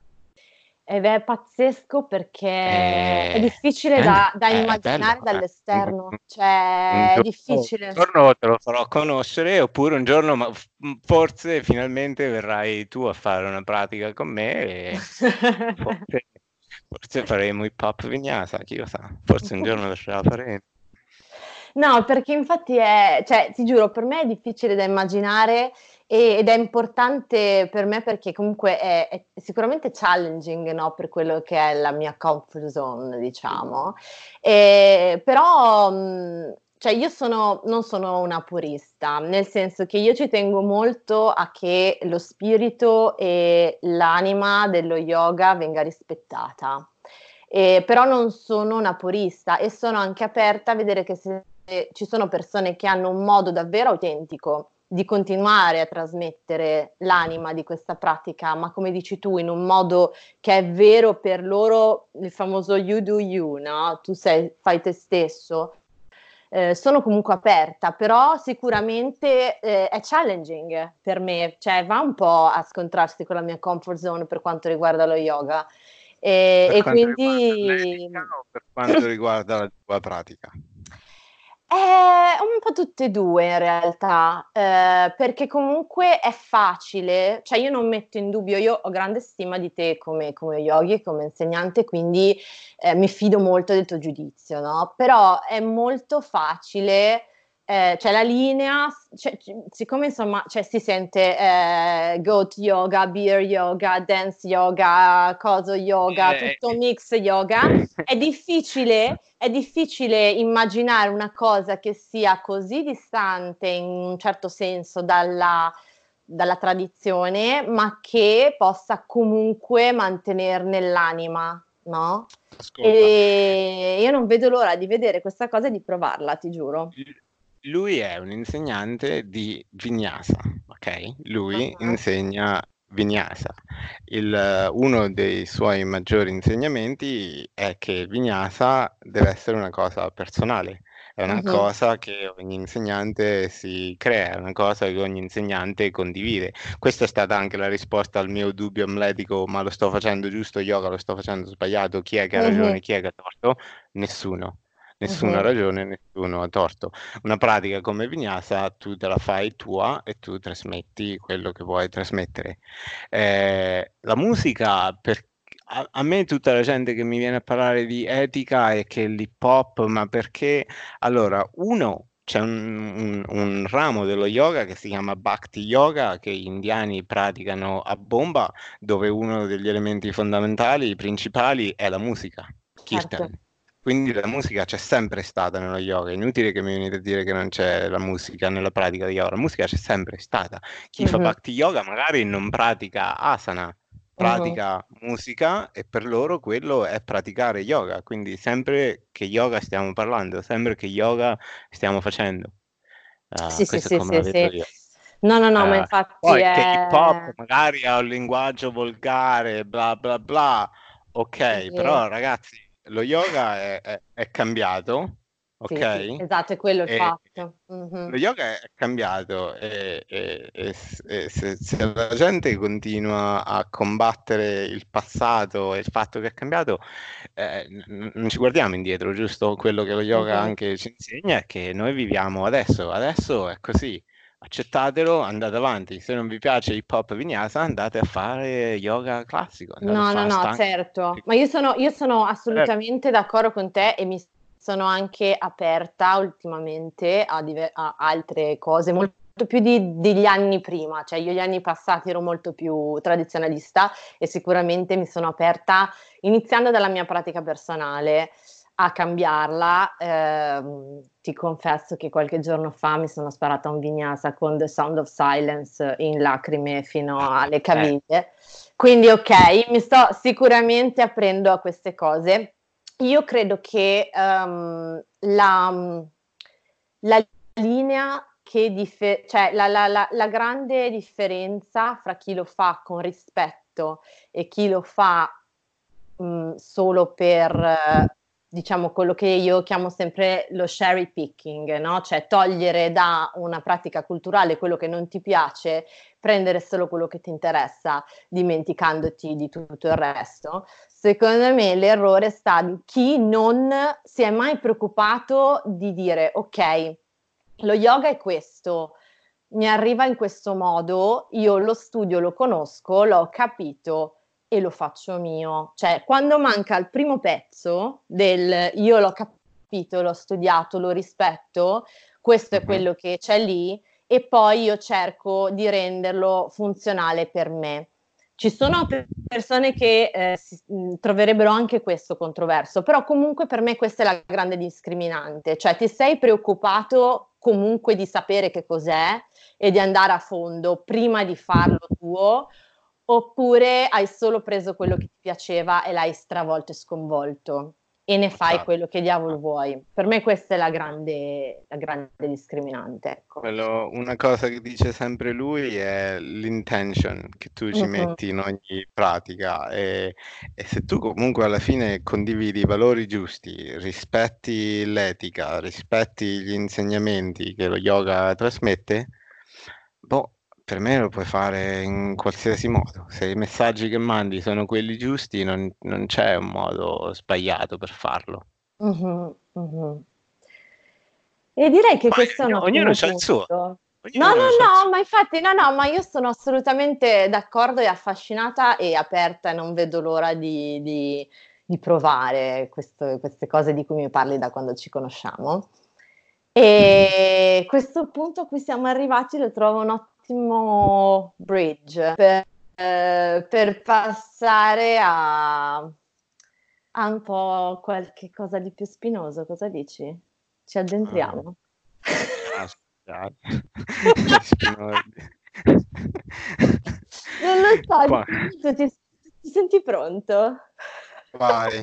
Ed è pazzesco perché è E, difficile eh, da, da è, è bello. immaginare eh. Un, dall'esterno, un cioè è giorno, un difficile. giorno te lo farò conoscere, oppure un giorno, ma f- forse finalmente verrai tu a fare una pratica con me e forse, forse faremo hip hop vinyasa, chi lo sa, forse un giorno ce la faremo. No, perché infatti è, cioè, ti giuro, per me è difficile da immaginare e- ed è importante per me perché comunque è, è sicuramente challenging, no, per quello che è la mia comfort zone, diciamo. E- però, mh, cioè, io sono, non sono una purista, nel senso che io ci tengo molto a che lo spirito e l'anima dello yoga venga rispettata. Eh, però non sono una purista e sono anche aperta a vedere che se ci sono persone che hanno un modo davvero autentico di continuare a trasmettere l'anima di questa pratica, ma come dici tu, in un modo che è vero per loro, il famoso you do you, no? Tu sei, fai te stesso. Eh, sono comunque aperta, però sicuramente eh, è challenging per me, cioè va un po' a scontrarsi con la mia comfort zone per quanto riguarda lo yoga. E, Per e quanto riguarda l'etica quindi o per quanto riguarda la tua pratica? è un po' tutte e due in realtà, eh, perché comunque è facile, cioè io non metto in dubbio, io ho grande stima di te come, come yogi e come insegnante, quindi eh, mi fido molto del tuo giudizio, no? Però è molto facile, eh, cioè la linea, cioè, c- siccome insomma cioè, si sente eh, goat yoga, beer yoga, dance yoga, coso yoga, Eh, tutto mix yoga, è difficile è difficile immaginare una cosa che sia così distante in un certo senso dalla, dalla tradizione, ma che possa comunque mantenerne l'anima, no? Ascolta, E io non vedo l'ora di vedere questa cosa e di provarla, ti giuro. lui è un insegnante di Vinyasa, ok? Lui Ah, insegna Vinyasa. Il, eh, uno dei suoi maggiori insegnamenti è che il Vinyasa deve essere una cosa personale, è una mhm. cosa che ogni insegnante si crea, è una cosa che ogni insegnante condivide. Questa è stata anche la risposta al mio dubbio amletico, ma lo sto facendo giusto yoga, lo sto facendo sbagliato, chi è che ha ragione, Mhm. chi è che ha torto? Nessuno. Nessuno ha Mhm. ragione, nessuno ha torto. Una pratica come Vinyasa tu te la fai tua e tu trasmetti quello che vuoi trasmettere. Eh, la musica, per, a, a me tutta la gente che mi viene a parlare di etica e che l'hip hop, ma perché? Allora, uno, c'è un, un- un ramo dello yoga che si chiama Bhakti Yoga, che gli indiani praticano a bomba, dove uno degli elementi fondamentali, principali, è la musica, Certo. Kirtan. Quindi la musica c'è sempre stata nello yoga, è inutile che mi venite a dire che non c'è la musica nella pratica di yoga, la musica c'è sempre stata. Chi fa Mhm. Bhakti Yoga magari non pratica asana, Mhm. pratica musica e per loro quello è praticare yoga, quindi sempre che yoga stiamo parlando, sempre che yoga stiamo facendo. Uh, Sì, sì, questo è sì, come la sì, vedo sì. io. No, no, no, ma Eh, infatti poi che hip hop è... magari ha un linguaggio volgare, bla bla bla, ok, Sì, però ragazzi, lo yoga è, è- è cambiato, ok? sì, sì, esatto, è quello il E fatto. lo Mhm. yoga è cambiato e, e- e s- e se, se la gente continua a combattere il passato e il fatto che è cambiato, eh, n- non ci guardiamo indietro, giusto? Quello che lo yoga Mhm. anche ci insegna è che noi viviamo adesso, adesso è così. Accettatelo, andate avanti. Se non vi piace hip hop vinyasa, andate a fare yoga classico, andate a No, no, fare no, stanga. certo, ma io sono, io sono assolutamente d'accordo con te e mi sono anche aperta ultimamente a, diver- a altre cose, molto più di- degli anni prima, cioè io gli anni passati ero molto più tradizionalista e sicuramente mi sono aperta, iniziando dalla mia pratica personale, a cambiarla. Ehm, ti confesso che qualche giorno fa mi sono sparata un vinyasa con The Sound of Silence in lacrime fino alle Eh, caviglie. Quindi, ok, mi sto sicuramente aprendo a queste cose. Io credo che ehm, la, la linea che differ- cioè la, la- la- la grande differenza fra chi lo fa con rispetto e chi lo fa mh, solo per, eh, diciamo, quello che io chiamo sempre lo cherry picking, no? Cioè togliere da una pratica culturale quello che non ti piace, prendere solo quello che ti interessa, dimenticandoti di tutto il resto. Secondo me l'errore sta di chi non si è mai preoccupato di dire ok, lo yoga è questo, mi arriva in questo modo, io lo studio, lo conosco, l'ho capito e lo faccio mio. Cioè, quando manca il primo pezzo del io l'ho capito, l'ho studiato, lo rispetto, questo è mhm. quello che c'è lì e poi io cerco di renderlo funzionale per me. Ci sono pe- persone che eh, si- mh, troverebbero anche questo controverso, però comunque per me questa è la grande discriminante, cioè ti sei preoccupato comunque di sapere che cos'è e di andare a fondo prima di farlo tuo, oppure hai solo preso quello che ti piaceva e l'hai stravolto e sconvolto e ne fai Esatto. quello che diavolo vuoi. Per me questa è la grande, la grande discriminante, ecco. Quello- una cosa che dice sempre lui è l'intention che tu ci Mhm. metti in ogni pratica e, e se tu comunque alla fine condividi i valori giusti, rispetti l'etica, rispetti gli insegnamenti che lo yoga trasmette, boh, per me lo puoi fare in qualsiasi modo. Se i messaggi che mandi sono quelli giusti, non, non c'è un modo sbagliato per farlo. Mhm, mhm. E direi che Poi questo è un ognuno, ognuno ottimo c'ha il suo, punto. No, ognuno c'ha il no, suo. no, ma infatti, no, no, ma io sono assolutamente d'accordo e affascinata e aperta e non vedo l'ora di, di- di provare questo- queste cose di cui mi parli da quando ci conosciamo. E questo punto a cui siamo arrivati lo trovo un ottimo bridge per, eh, per passare a, a un po' qualche cosa di più spinoso. Cosa dici? Ci Ah, addentriamo? ah, scusate. Spinosi. Non lo so, Poi, tu ti, ti senti pronto? vai,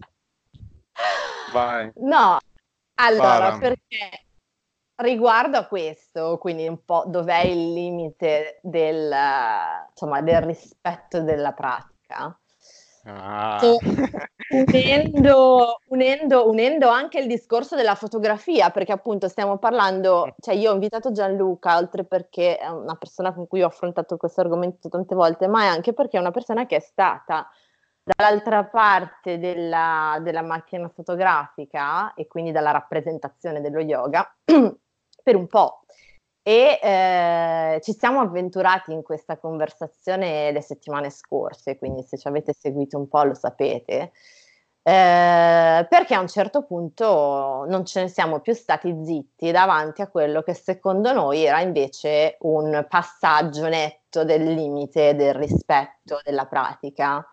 vai, No, allora, spara. perché riguardo a questo, quindi un po' dov'è il limite del, eh, insomma, del rispetto della pratica? Ah. So- unendo, unendo, unendo anche il discorso della fotografia, perché appunto stiamo parlando, cioè io ho invitato Gianluca, oltre perché è una persona con cui ho affrontato questo argomento tante volte, ma è anche perché è una persona che è stata dall'altra parte della, della macchina fotografica e quindi dalla rappresentazione dello yoga per un po'. E eh, ci siamo avventurati in questa conversazione le settimane scorse, quindi se ci avete seguito un po' lo sapete, eh, perché a un certo punto non ce ne siamo più stati zitti davanti a quello che secondo noi era invece un passaggio netto del limite del rispetto della pratica.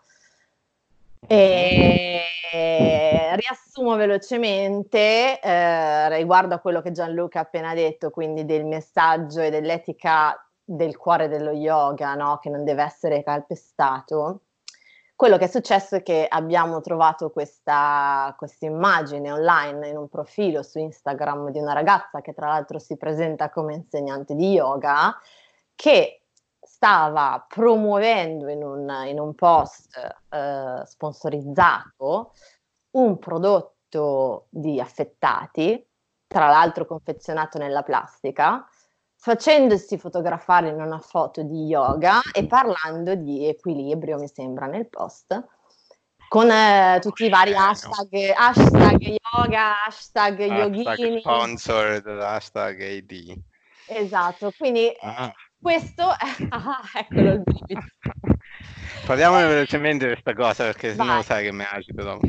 E riassumo velocemente eh, riguardo a quello che Gianluca ha appena detto, quindi del messaggio e dell'etica del cuore dello yoga, no? Che non deve essere calpestato. Quello che è successo è che abbiamo trovato questa questa immagine online in un profilo su Instagram di una ragazza che tra l'altro si presenta come insegnante di yoga, che stava promuovendo in un, in un post eh, sponsorizzato un prodotto di affettati, tra l'altro confezionato nella plastica, facendosi fotografare in una foto di yoga e parlando di equilibrio, mi sembra, nel post, con eh, tutti i vari hashtag, hashtag yoga, hashtag Hashtag yogini. sponsored, hashtag A D. Esatto, quindi Ah. questo è... Ah, eccolo il brivido. Parliamone velocemente di questa cosa, perché Vai. sennò sai che mi agito dopo.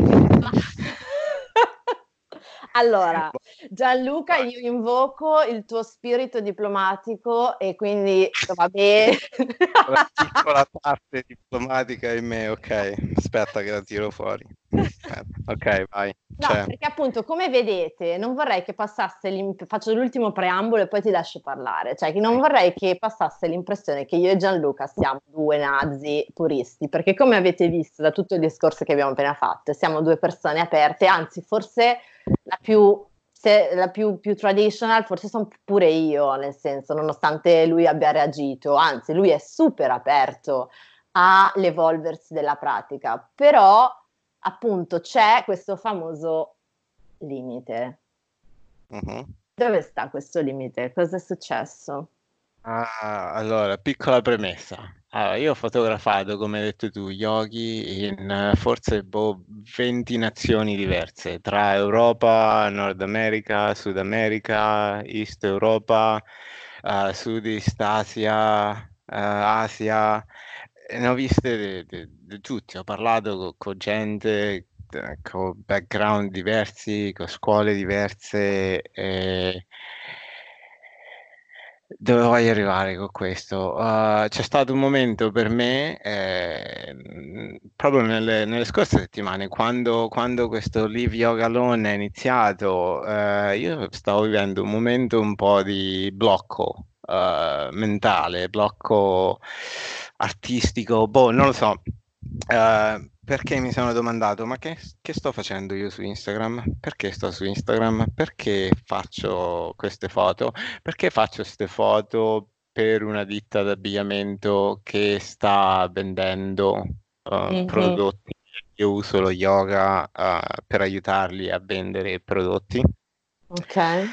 Allora, Gianluca, io invoco il tuo spirito diplomatico e quindi va bene. La piccola parte diplomatica in me, ok. Aspetta che la tiro fuori. Aspetta. Ok, vai. No, C'è. perché appunto, come vedete, non vorrei che passasse, l'im- faccio l'ultimo preambolo e poi ti lascio parlare, cioè che non vorrei che passasse l'impressione che io e Gianluca siamo due nazi puristi, perché come avete visto da tutto il discorso che abbiamo appena fatto, siamo due persone aperte, anzi forse la più, se, la più, più traditional, forse sono pure io, nel senso, nonostante lui abbia reagito, anzi lui è super aperto all'evolversi della pratica, però appunto c'è questo famoso limite. Uh-huh. Dove sta questo limite? Cosa è successo? Ah, allora, piccola premessa. Allora, io ho fotografato, come hai detto tu, yogi in eh, forse boh, venti nazioni diverse, tra Europa, Nord America, Sud America, East Europa, uh, Sud-Est Asia, uh, Asia. E ne ho viste di tutti, ho parlato con gente eh, con background diversi, con scuole diverse. E... Dove voglio arrivare con questo? Uh, c'è stato un momento per me, eh, proprio nelle, nelle scorse settimane, quando, quando questo Live Yoga Alone è iniziato, eh, io stavo vivendo un momento un po' di blocco eh, mentale, blocco artistico, boh, non lo so. Eh, perché mi sono domandato, ma che, che sto facendo io su Instagram? Perché sto su Instagram? Perché faccio queste foto? Perché faccio queste foto per una ditta d'abbigliamento che sta vendendo uh, Mhm. prodotti? Io uso lo yoga uh, per aiutarli a vendere prodotti. Ok.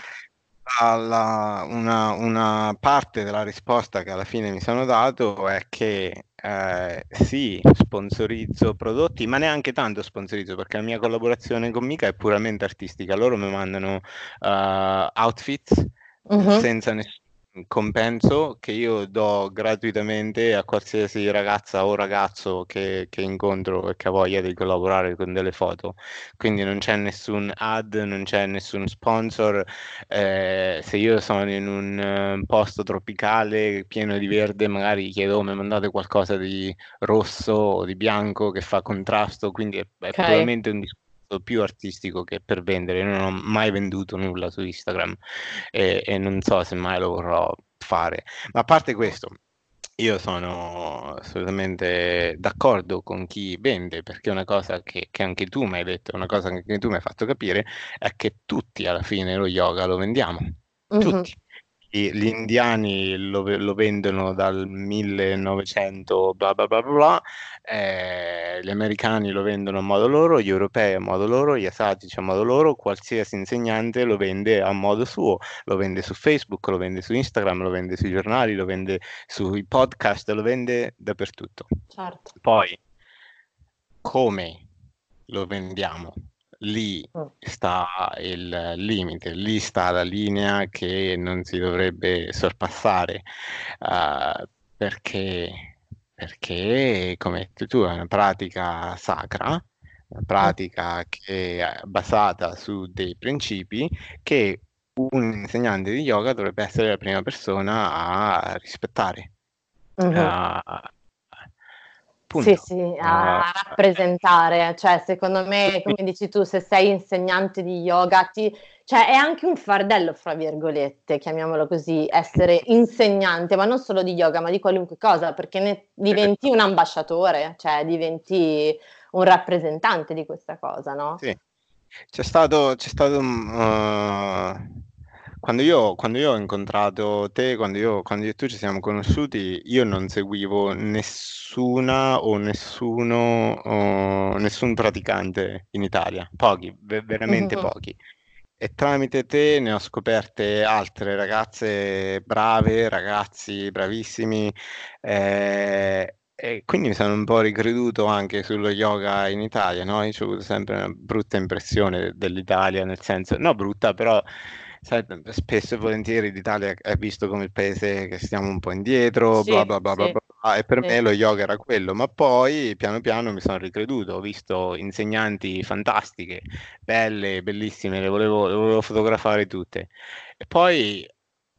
Alla- una, una parte della risposta che alla fine mi sono dato è che eh, sì, sponsorizzo prodotti, ma neanche tanto sponsorizzo perché la mia collaborazione con Mica è puramente artistica. Loro mi mandano eh, outfits Mhm. senza nessun compenso che io do gratuitamente a qualsiasi ragazza o ragazzo che, che incontro e che ha voglia di collaborare con delle foto. Quindi non c'è nessun ad, non c'è nessun sponsor. Eh, se io sono in un eh, posto tropicale pieno di verde, magari chiedo: "Oh, mi mandate qualcosa di rosso o di bianco che fa contrasto", quindi è, è Ok. puramente un discorso più artistico che per vendere. Non ho mai venduto nulla su Instagram e, e non so se mai lo vorrò fare. Ma a parte questo, io sono assolutamente d'accordo con chi vende, perché una cosa che, che anche tu mi hai detto, una cosa che anche tu mi hai fatto capire, è che tutti alla fine lo yoga lo vendiamo. Mhm. Tutti. I- Gli indiani lo, ve- lo vendono dal millenovecento, bla bla bla bla, bla, eh, gli americani lo vendono a modo loro, gli europei a modo loro, gli asiatici a modo loro, qualsiasi insegnante lo vende a modo suo, lo vende su Facebook, lo vende su Instagram, lo vende sui giornali, lo vende sui podcast, lo vende dappertutto. Certo. Poi, come lo vendiamo. Lì Mm. sta il limite, lì sta la linea che non si dovrebbe sorpassare, uh, perché, perché, come hai detto tu, è una pratica sacra, una pratica che è basata su dei principi che un insegnante di yoga dovrebbe essere la prima persona a rispettare. Mhm. Uh, Sì, punto. sì, Uh, a rappresentare, cioè secondo me, come dici tu, se sei insegnante di yoga, ti, cioè è anche un fardello, fra virgolette, chiamiamolo così, essere insegnante, ma non solo di yoga, ma di qualunque cosa, perché ne diventi un ambasciatore, cioè diventi un rappresentante di questa cosa, no? Sì, c'è stato, c'è stato un, uh, quando io, quando io ho incontrato te, quando io, quando io e tu ci siamo conosciuti, io non seguivo nessuna o nessuno, uh, nessun praticante in Italia, pochi, ve- veramente Mhm. pochi. E tramite te ne ho scoperte altre ragazze brave, ragazzi bravissimi, eh, e quindi mi sono un po' ricreduto anche sullo yoga in Italia, no? Io ho avuto sempre una brutta impressione dell'Italia, nel senso, no brutta, però sai, spesso e volentieri l'Italia è visto come il paese che stiamo un po' indietro, bla Sì, bla bla bla sì, bla, e per sì. me lo yoga era quello, ma poi piano piano mi sono ricreduto, ho visto insegnanti fantastiche, belle, bellissime, le volevo, le volevo fotografare tutte. E poi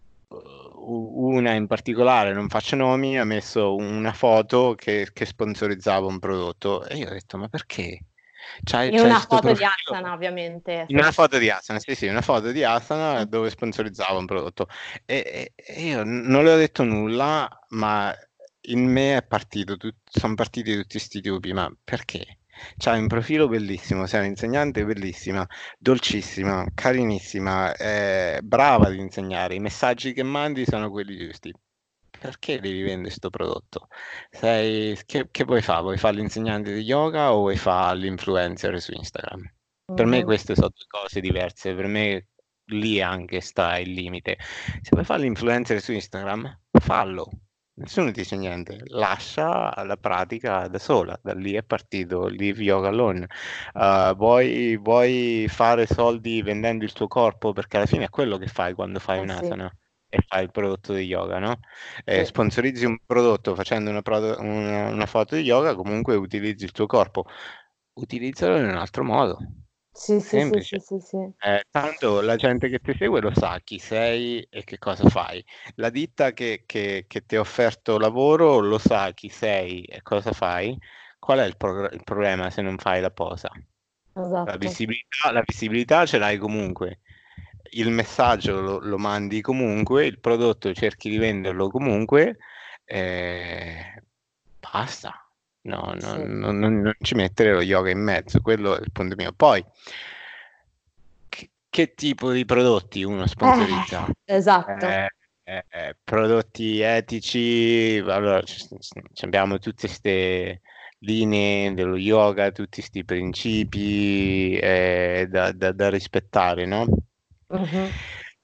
uh, una in particolare, non faccio nomi, ha messo una foto che, che sponsorizzava un prodotto e io ho detto, ma perché? C'hai, In c'hai una sto foto di profilo? Asana, ovviamente. In una foto di Asana, sì, sì, una foto di Asana Mm. dove sponsorizzava un prodotto. E, e- e io non le ho detto nulla, ma in me è partito, sono partiti tutti questi dubbi, ma perché? C'hai un profilo bellissimo, sei un'insegnante bellissima, dolcissima, carinissima, eh, brava ad insegnare, i messaggi che mandi sono quelli giusti. Perché devi vendere questo prodotto? Sei, che, che vuoi fare? Vuoi fare l'insegnante di yoga o vuoi fare l'influencer su Instagram? Per me Mhm. queste sono due cose diverse, per me lì anche sta il limite. Se vuoi fare l'influencer su Instagram, fallo. Nessuno ti dice niente, lascia la pratica da sola, da lì è partito Live Yoga Alone. Uh, vuoi, vuoi fare soldi vendendo il tuo corpo? Perché alla fine è quello che fai quando fai Eh sì, un'asana e fai il prodotto di yoga, no? Eh, sì. sponsorizzi un prodotto facendo una, prodo- una- una foto di yoga, comunque utilizzi il tuo corpo, utilizzalo in un altro modo, Sì, sì, sì, sì, semplice. sì, sì. Eh, tanto la gente che ti segue lo sa chi sei e che cosa fai. La ditta che, che- che ti ha offerto lavoro lo sa chi sei e cosa fai. Qual è il, pro- il problema se non fai la posa? La Esatto. visibilità, la visibilità ce l'hai comunque, il messaggio lo, lo mandi comunque, il prodotto cerchi di venderlo comunque, eh, basta. No, no, Sì. no, no, non ci mettere lo yoga in mezzo, quello è il punto mio. Poi, che, che tipo di prodotti uno Eh, sponsorizza? esatto. Eh, eh, eh, prodotti etici, allora ci- ci abbiamo tutte queste linee dello yoga, tutti questi principi eh, da, da- da rispettare, no? Mhm.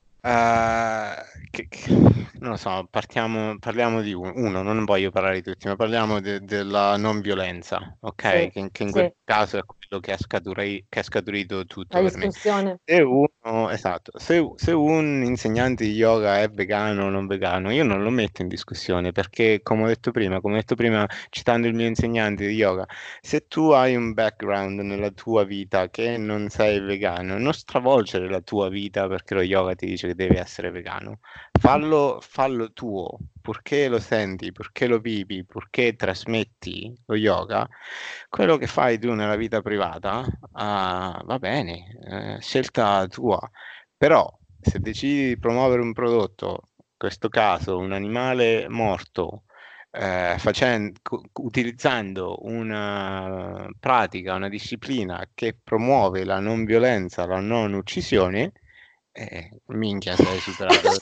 Eh, che- che- non lo so, partiamo, parliamo di un- uno, non voglio parlare di tutti, ma parliamo de- della non violenza, ok? Sì, Che, che in sì. quel caso è quello che ha scaturi- che ha scaturito tutto La per me. discussione. Se uno, esatto, se, se un insegnante di yoga è vegano o non vegano, io non lo metto in discussione perché, come ho detto prima, come ho detto prima citando il mio insegnante di yoga, se tu hai un background nella tua vita che non sei vegano, non stravolgere la tua vita perché lo yoga ti dice che devi essere vegano. Fallo, fallo tuo, purché lo senti, purché lo vivi, purché trasmetti lo yoga. Quello che fai tu nella vita privata, ah, va bene, eh, scelta tua. Però se decidi di promuovere un prodotto, in questo caso un animale morto, eh, facen- co- utilizzando una pratica, una disciplina che promuove la non violenza, la non uccisione, eh, minchia, sei superato.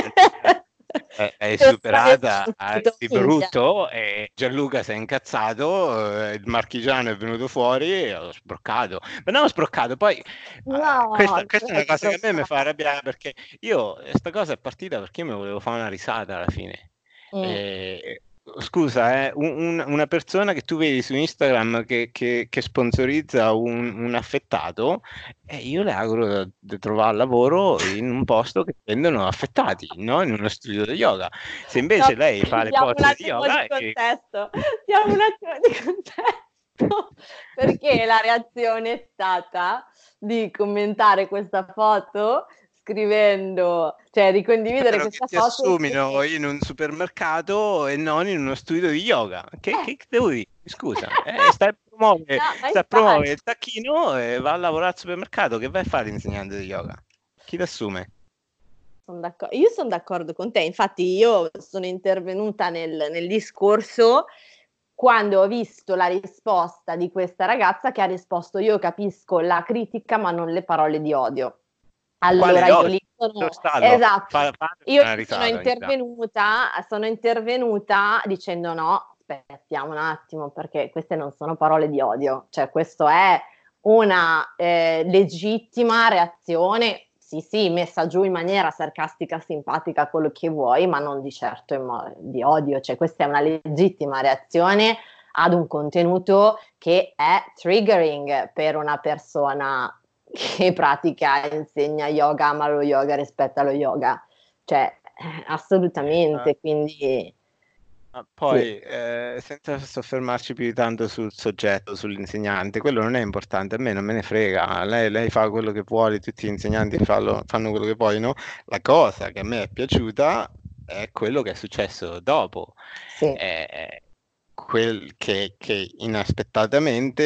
Eh, È superata Letteralmente, a- detto, di minchia. brutto e Gianluca si è incazzato, eh, il marchigiano è venuto fuori e ho sbroccato. Ma non ho sbroccato, poi eh, No, questa, non questa è è una cosa che a me mi fa sbroccato. arrabbiare perché io, questa cosa è partita perché io mi volevo fare una risata alla fine. Mm. E, Scusa, eh, un- un- una persona che tu vedi su Instagram che, che- che sponsorizza un, un affettato, e io le auguro di trovare lavoro in un posto che vendono affettati, non in uno studio di yoga. Se invece No, lei fa le diamo un poze di attimo di yoga, e- contesto, diamo un attimo di contesto, perché la reazione è stata di commentare questa foto scrivendo, cioè di condividere spero che questa ti foto assumino scrivendo, in un supermercato e non in uno studio di yoga. Che, eh, che devo dire? Scusa, eh, stai a promuovere, no, ma stai a promuovere infatti, il tacchino e va a lavorare al supermercato. Che vai a fare l'insegnante di yoga? Chi ti assume? son d'accor io son d'accordo con te, infatti io sono intervenuta nel nel discorso quando ho visto la risposta di questa ragazza che ha risposto: "Io capisco la critica, ma non le parole di odio". Quale Allora io odio? lì Lo sono stallo. esatto, Fa, fa io una lì sono risata ogni tanto. intervenuta sono intervenuta dicendo: "No, aspettiamo un attimo, perché queste non sono parole di odio, cioè questo è una, ehm, legittima reazione, sì, sì, messa giù in maniera sarcastica, simpatica, quello che vuoi, ma non di certo in mo di odio, cioè questa è una legittima reazione ad un contenuto che è triggering per una persona che pratica, insegna yoga, ama lo yoga, rispetta lo yoga. Cioè, eh, Ah, assolutamente, quindi ah, sì. poi, eh, senza soffermarci più di tanto sul soggetto, sull'insegnante, quello non è importante, a me non me ne frega, lei, lei fa quello che vuole, tutti gli insegnanti fallo- fanno quello che vogliono. La cosa che a me è piaciuta è quello che è successo dopo. Sì, Eh, quel che, che inaspettatamente,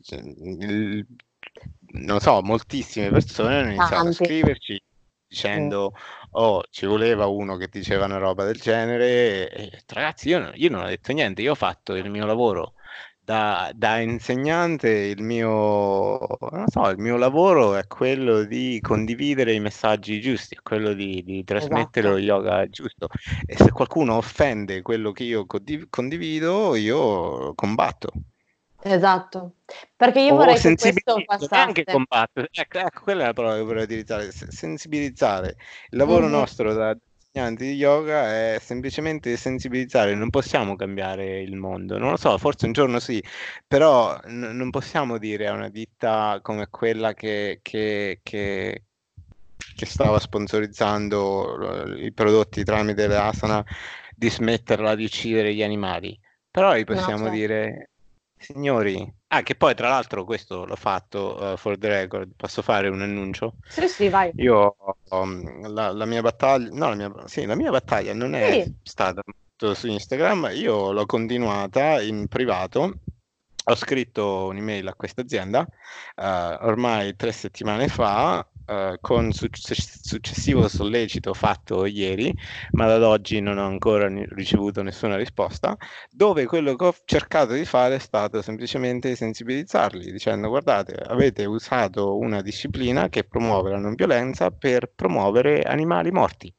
il- non so, moltissime persone hanno iniziato a tanti. scriverci Mh. dicendo: "Oh, ci voleva uno che diceva una roba del genere", e ho detto, ragazzi, io, non- io non ho detto niente, io ho fatto il mio lavoro da, da insegnante. Il mio, non so, il mio lavoro è quello di condividere i messaggi giusti, è quello di, di trasmettere lo Esatto, yoga giusto, e se qualcuno offende quello che io condiv- condivido, io combatto. esatto. Perché io O vorrei che questo sensibilizzo, neanche passasse. combattere, ecco, ecco, quella è la parola che vorrei utilizzare, se- sensibilizzare. Il lavoro Mh-mh. nostro da insegnanti di yoga è semplicemente sensibilizzare, non possiamo cambiare il mondo, non lo so, forse un giorno sì, però n- non possiamo dire a una ditta come quella che, che- che- che stava sponsorizzando eh, i prodotti tramite le Asana, di smetterla di uccidere gli animali. Però gli No, possiamo certo. dire, signori, ah, che poi tra l'altro questo l'ho fatto, eh, for the record, posso fare un annuncio? Sì, sì, vai. Io, um, la, la mia battaglia, no, la mia, sì, la mia battaglia non è Sì. stata molto su Instagram, io l'ho continuata in privato. Ho scritto un'email a questa azienda, eh, ormai tre settimane fa, eh, con succe- successivo sollecito fatto ieri, ma ad oggi non ho ancora ni- ricevuto nessuna risposta, dove quello che ho cercato di fare è stato semplicemente sensibilizzarli, dicendo: guardate, avete usato una disciplina che promuove la non violenza per promuovere animali morti.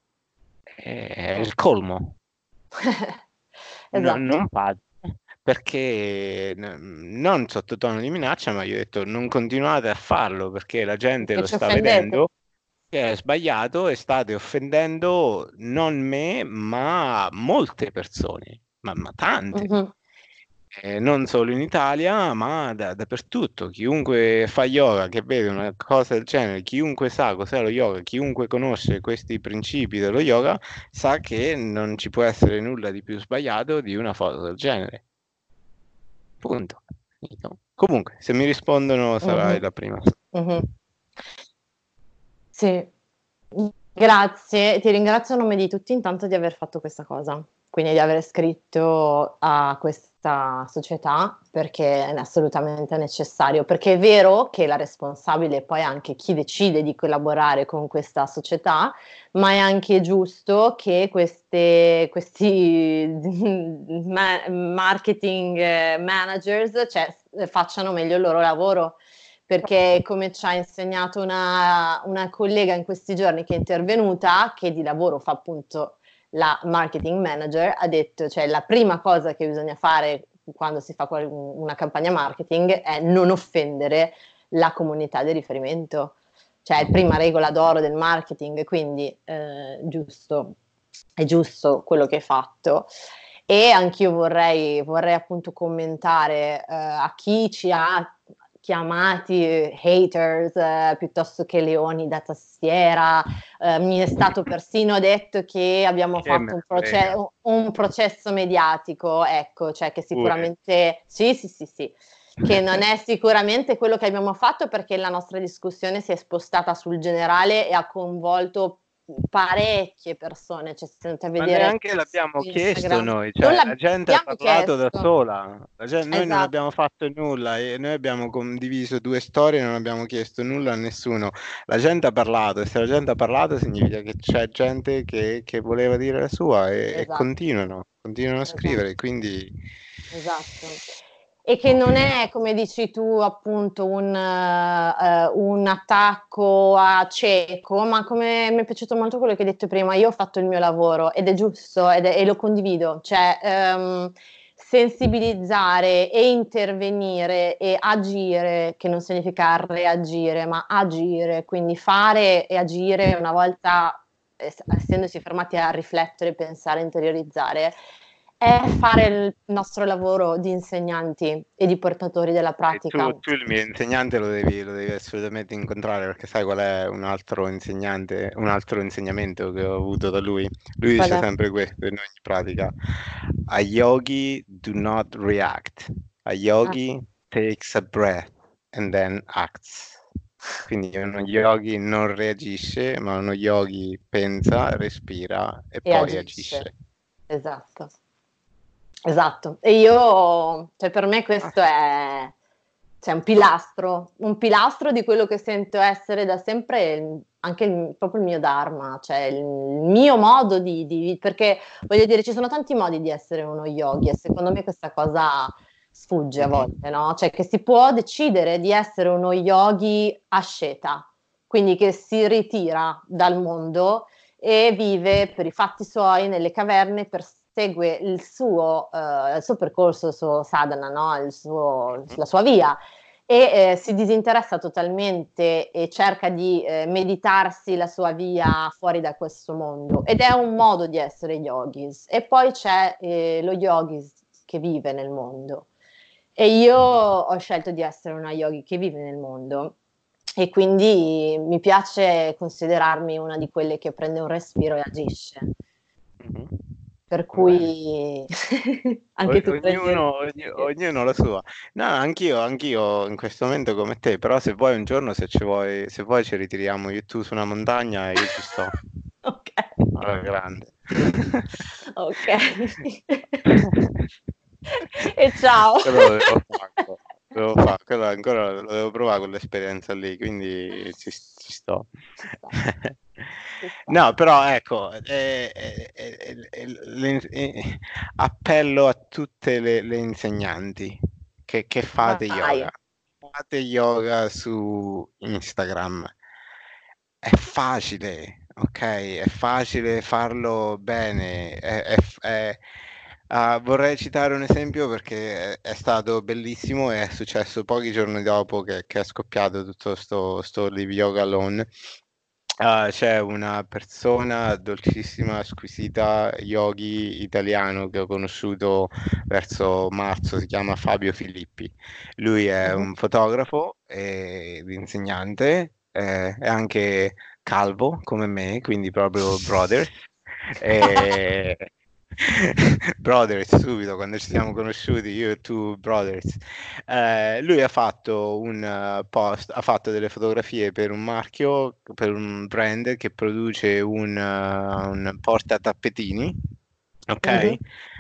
È Mh. il colmo. No- non Esatto. fate, perché n- non sottotono di minaccia, ma io ho detto: non continuate a farlo perché la gente Perché lo ci sta offendete. vedendo, che è sbagliato, e state offendendo non me, ma molte persone, ma, ma tante. Mh-mh. Eh, non solo in Italia, ma da- dappertutto. Chiunque fa yoga, che vede una cosa del genere, chiunque sa cos'è lo yoga, chiunque conosce questi principi dello yoga, sa che non ci può essere nulla di più sbagliato di una foto del genere. Punto. Finito. Comunque, se mi rispondono sarai Mh-mh. la prima. Mh-mh. Sì. Mh, grazie, ti ringrazio a nome di tutti intanto di aver fatto questa cosa, quindi di aver scritto a questa società perché è assolutamente necessario, perché è vero che la responsabile è poi anche chi decide di collaborare con questa società, ma è anche giusto che queste questi ma marketing eh, managers, cioè, s facciano meglio il loro lavoro perché come ci ha insegnato una, una collega in questi giorni che è intervenuta, che di lavoro fa appunto la marketing manager, ha detto, cioè la prima cosa che bisogna fare quando si fa una campagna marketing è non offendere la comunità di riferimento, cioè è prima regola d'oro del marketing, quindi eh, giusto, è giusto quello che hai fatto. E anch'io vorrei, vorrei appunto commentare eh, a chi ci ha chiamati haters eh, piuttosto che leoni da tastiera. Eh, mi è stato persino detto che abbiamo Che me fatto un, ne proce- frega, un processo mediatico, ecco, cioè che pure. sicuramente sì, sì, sì, sì, che non è sicuramente quello che abbiamo fatto, perché la nostra discussione si è spostata sul generale e ha coinvolto parecchie persone, cioè se andate a Ma vedere neanche l'abbiamo su chiesto Instagram, noi, non cioè la gente ha l'abbiamo parlato da chiesto, sola, la gen- noi non esatto, abbiamo fatto nulla e noi abbiamo condiviso due storie e non abbiamo chiesto nulla a nessuno. La gente ha parlato e se la gente ha parlato significa che c'è gente che, che voleva dire la sua e, e esatto, continuano, continuano a esatto. scrivere, quindi Esatto. E che non è, come dici tu, appunto un, eh, un attacco a cieco, ma come mi è piaciuto molto quello che hai detto prima, io ho fatto il mio lavoro ed è giusto ed è- e lo condivido, cioè ehm, sensibilizzare e intervenire e agire, che non significa reagire, ma agire, quindi fare e agire una volta eh, essendosi fermati a riflettere, pensare, interiorizzare, è fare il nostro lavoro di insegnanti e di portatori della e tu, pratica. tu il mio insegnante lo devi, lo devi assolutamente incontrare perché sai qual è un altro insegnante, un altro insegnamento che ho avuto da lui? Lui Qual dice è? sempre questo in ogni pratica. A yogi do not react. A Ah, yogi takes a breath and then acts. Quindi uno yogi non reagisce, ma uno yogi pensa, respira e e poi agisce. agisce. Esatto. Esatto, e io, cioè per me Ah, questo è, cioè, un pilastro, un pilastro di quello che sento essere da sempre il- anche il- proprio il mio dharma, cioè il, il mio modo di, di- perché voglio dire, ci sono tanti modi di essere uno yogi e secondo me questa cosa sfugge a mhm. volte, no? Cioè che si può decidere di essere uno yogi asceta, quindi che si ritira dal mondo e vive per i fatti suoi nelle caverne, persegue il suo, eh, il suo percorso, il suo sadhana, no? Il suo- Mhm. la sua via e eh, si disinteressa totalmente e cerca di eh, meditarsi la sua via fuori da questo mondo ed è un modo di essere yogis. E poi c'è eh, lo yogis che vive nel mondo. E io Mhm. ho scelto di essere una yogi che vive nel mondo e quindi mi piace considerarmi una di quelle che prende un respiro e agisce. Mhm. Per Va bene. cui O- anche tu prendi un ognuno, ogni- respiro. ognuno la sua. No, anch'io, anch'io in questo momento come te, però se vuoi un giorno, se ci vuoi, se vuoi ci ritiriamo io e tu su una montagna e io ci sto. Ok. Alla grande. Ok. E ciao. Quello lo devo fare, lo devo fare, quello ancora lo devo provare quell'esperienza lì, quindi ci, ci sto. Ci sta, ci sta. No, però ecco, eh, eh, eh, eh, le- eh, appello a tutte le, le insegnanti che, che fate yoga. Vai. Fate yoga su Instagram. È facile, ok? È facile farlo bene. È- è- è- ah, vorrei citare un esempio perché è, è stato bellissimo e è successo pochi giorni dopo che, che è scoppiato tutto sto, sto Live Yoga Alone. Ah, c'è una persona dolcissima, squisita, yogi italiano che ho conosciuto verso marzo, si chiama Fabio Filippi. Lui è Mhm. un fotografo e insegnante, eh, è anche calvo come me, quindi proprio brothers. E... Brothers, subito quando ci siamo conosciuti, io e tu, brothers. Eh, lui ha fatto un eh, post, ha fatto delle fotografie per un marchio, per un brand che produce un, eh, un portatappetini, ok? Mhm.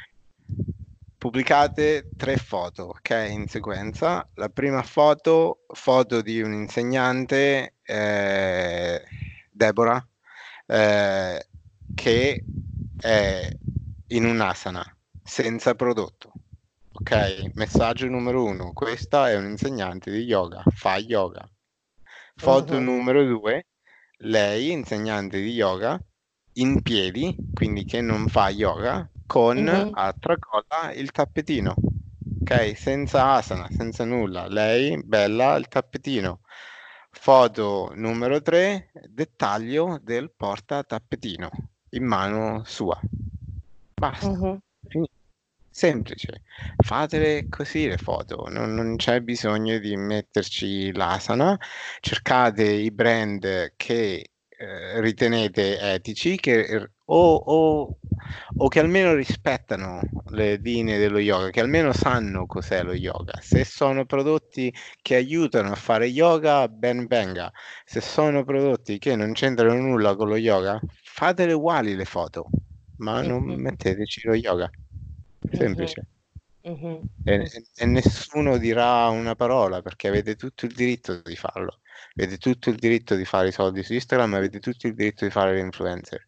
Pubblicate tre foto, ok, in sequenza. La prima foto, foto di un insegnante, eh, Deborah, eh, che è in un'asana, senza prodotto. Ok, messaggio numero uno, questa è un'insegnante di yoga, fa yoga. Foto Mhm. numero due, lei, insegnante di yoga, in piedi, quindi che non fa yoga, con Mhm. a tracolla il tappetino. Ok, senza asana, senza nulla. Lei, bella, il tappetino. Foto numero tre, dettaglio del porta tappetino in mano sua. Basta. Mhm. Finito. Semplice, fatele così le foto, non, non c'è bisogno di metterci l'asana, cercate i brand che eh, ritenete etici che, o, o- o che almeno rispettano le linee dello yoga, che almeno sanno cos'è lo yoga. Se sono prodotti che aiutano a fare yoga, ben venga. Se sono prodotti che non c'entrano nulla con lo yoga, fatele uguali le foto, ma non Mhm, metteteci lo yoga. mhm, Semplice. mhm, E, mhm. e- e nessuno dirà una parola perché avete tutto il diritto di farlo. Avete tutto il diritto di fare i soldi su Instagram, avete tutto il diritto di fare l'influencer.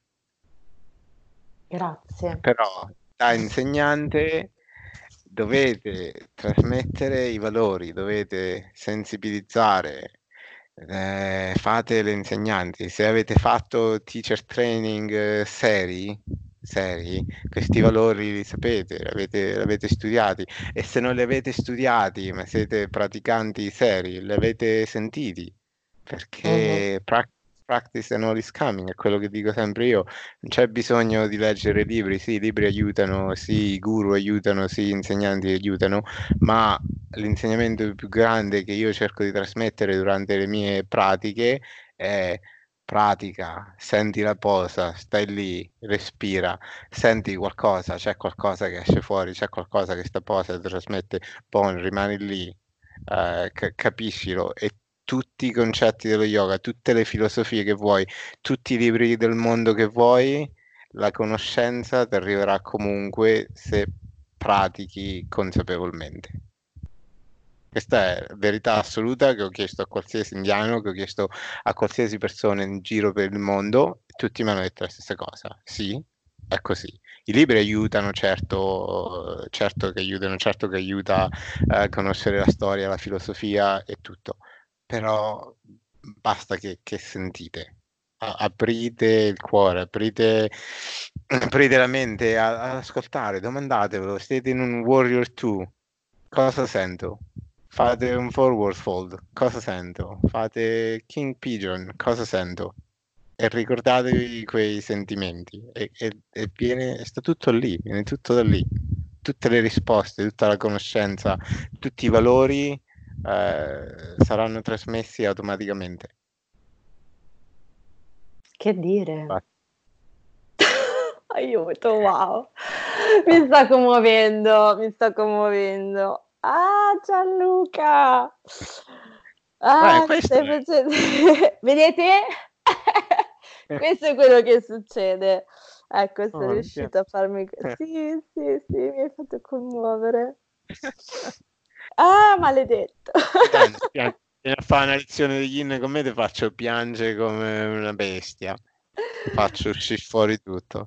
Grazie. Però da insegnante dovete trasmettere i valori, dovete sensibilizzare. Eh, fate le insegnanti. Se avete fatto teacher training eh, seri, seri, questi valori li sapete, li avete, li avete studiati. E se non li avete studiati, ma siete praticanti seri, li avete sentiti. Mhm, Perché prac- practice and all is coming, è quello che dico sempre io. Non c'è bisogno di leggere libri, sì, i libri aiutano, sì, i guru aiutano, sì, gli insegnanti aiutano, ma l'insegnamento più grande che io cerco di trasmettere durante le mie pratiche è pratica, senti la posa, stai lì, respira, senti qualcosa, c'è qualcosa che esce fuori, c'è qualcosa che sta posa ti trasmette, poi rimani lì, eh, ca- capiscilo e tutti i concetti dello yoga, tutte le filosofie che vuoi, tutti i libri del mondo che vuoi, la conoscenza ti arriverà comunque se pratichi consapevolmente. Questa è verità assoluta che ho chiesto a qualsiasi indiano, che ho chiesto a qualsiasi persona in giro per il mondo, e tutti mi hanno detto la stessa cosa. Sì, è così. I libri aiutano, certo, certo che aiutano, certo che aiuta a conoscere la storia, la filosofia e tutto, però basta che, che sentite. A- Aprite il cuore, aprite, aprite la mente a- ad ascoltare, domandatevelo, siete in un Warrior due, cosa sento? Fate un forward fold, cosa sento? Fate King Pigeon, cosa sento? E ricordatevi quei sentimenti e, e- e viene, sta tutto lì, viene tutto da lì. Tutte le risposte, tutta la conoscenza, tutti i valori eh, saranno trasmessi automaticamente. Che dire? Basta. Aiuto, wow. Mi sta commuovendo, mi sta commuovendo. Ah, Gianluca! Eh, Ah, mi questo stai è. facendo... Vedete? Questo è quello che succede. Ecco, sono Oh, mi piace. riuscita a farmi... Sì, sì, sì, mi hai fatto commuovere. Ah, maledetto. Piangi, piangi. Vieni a fare una lezione di yin con me, ti faccio piangere come una bestia. Ti faccio uscire fuori tutto.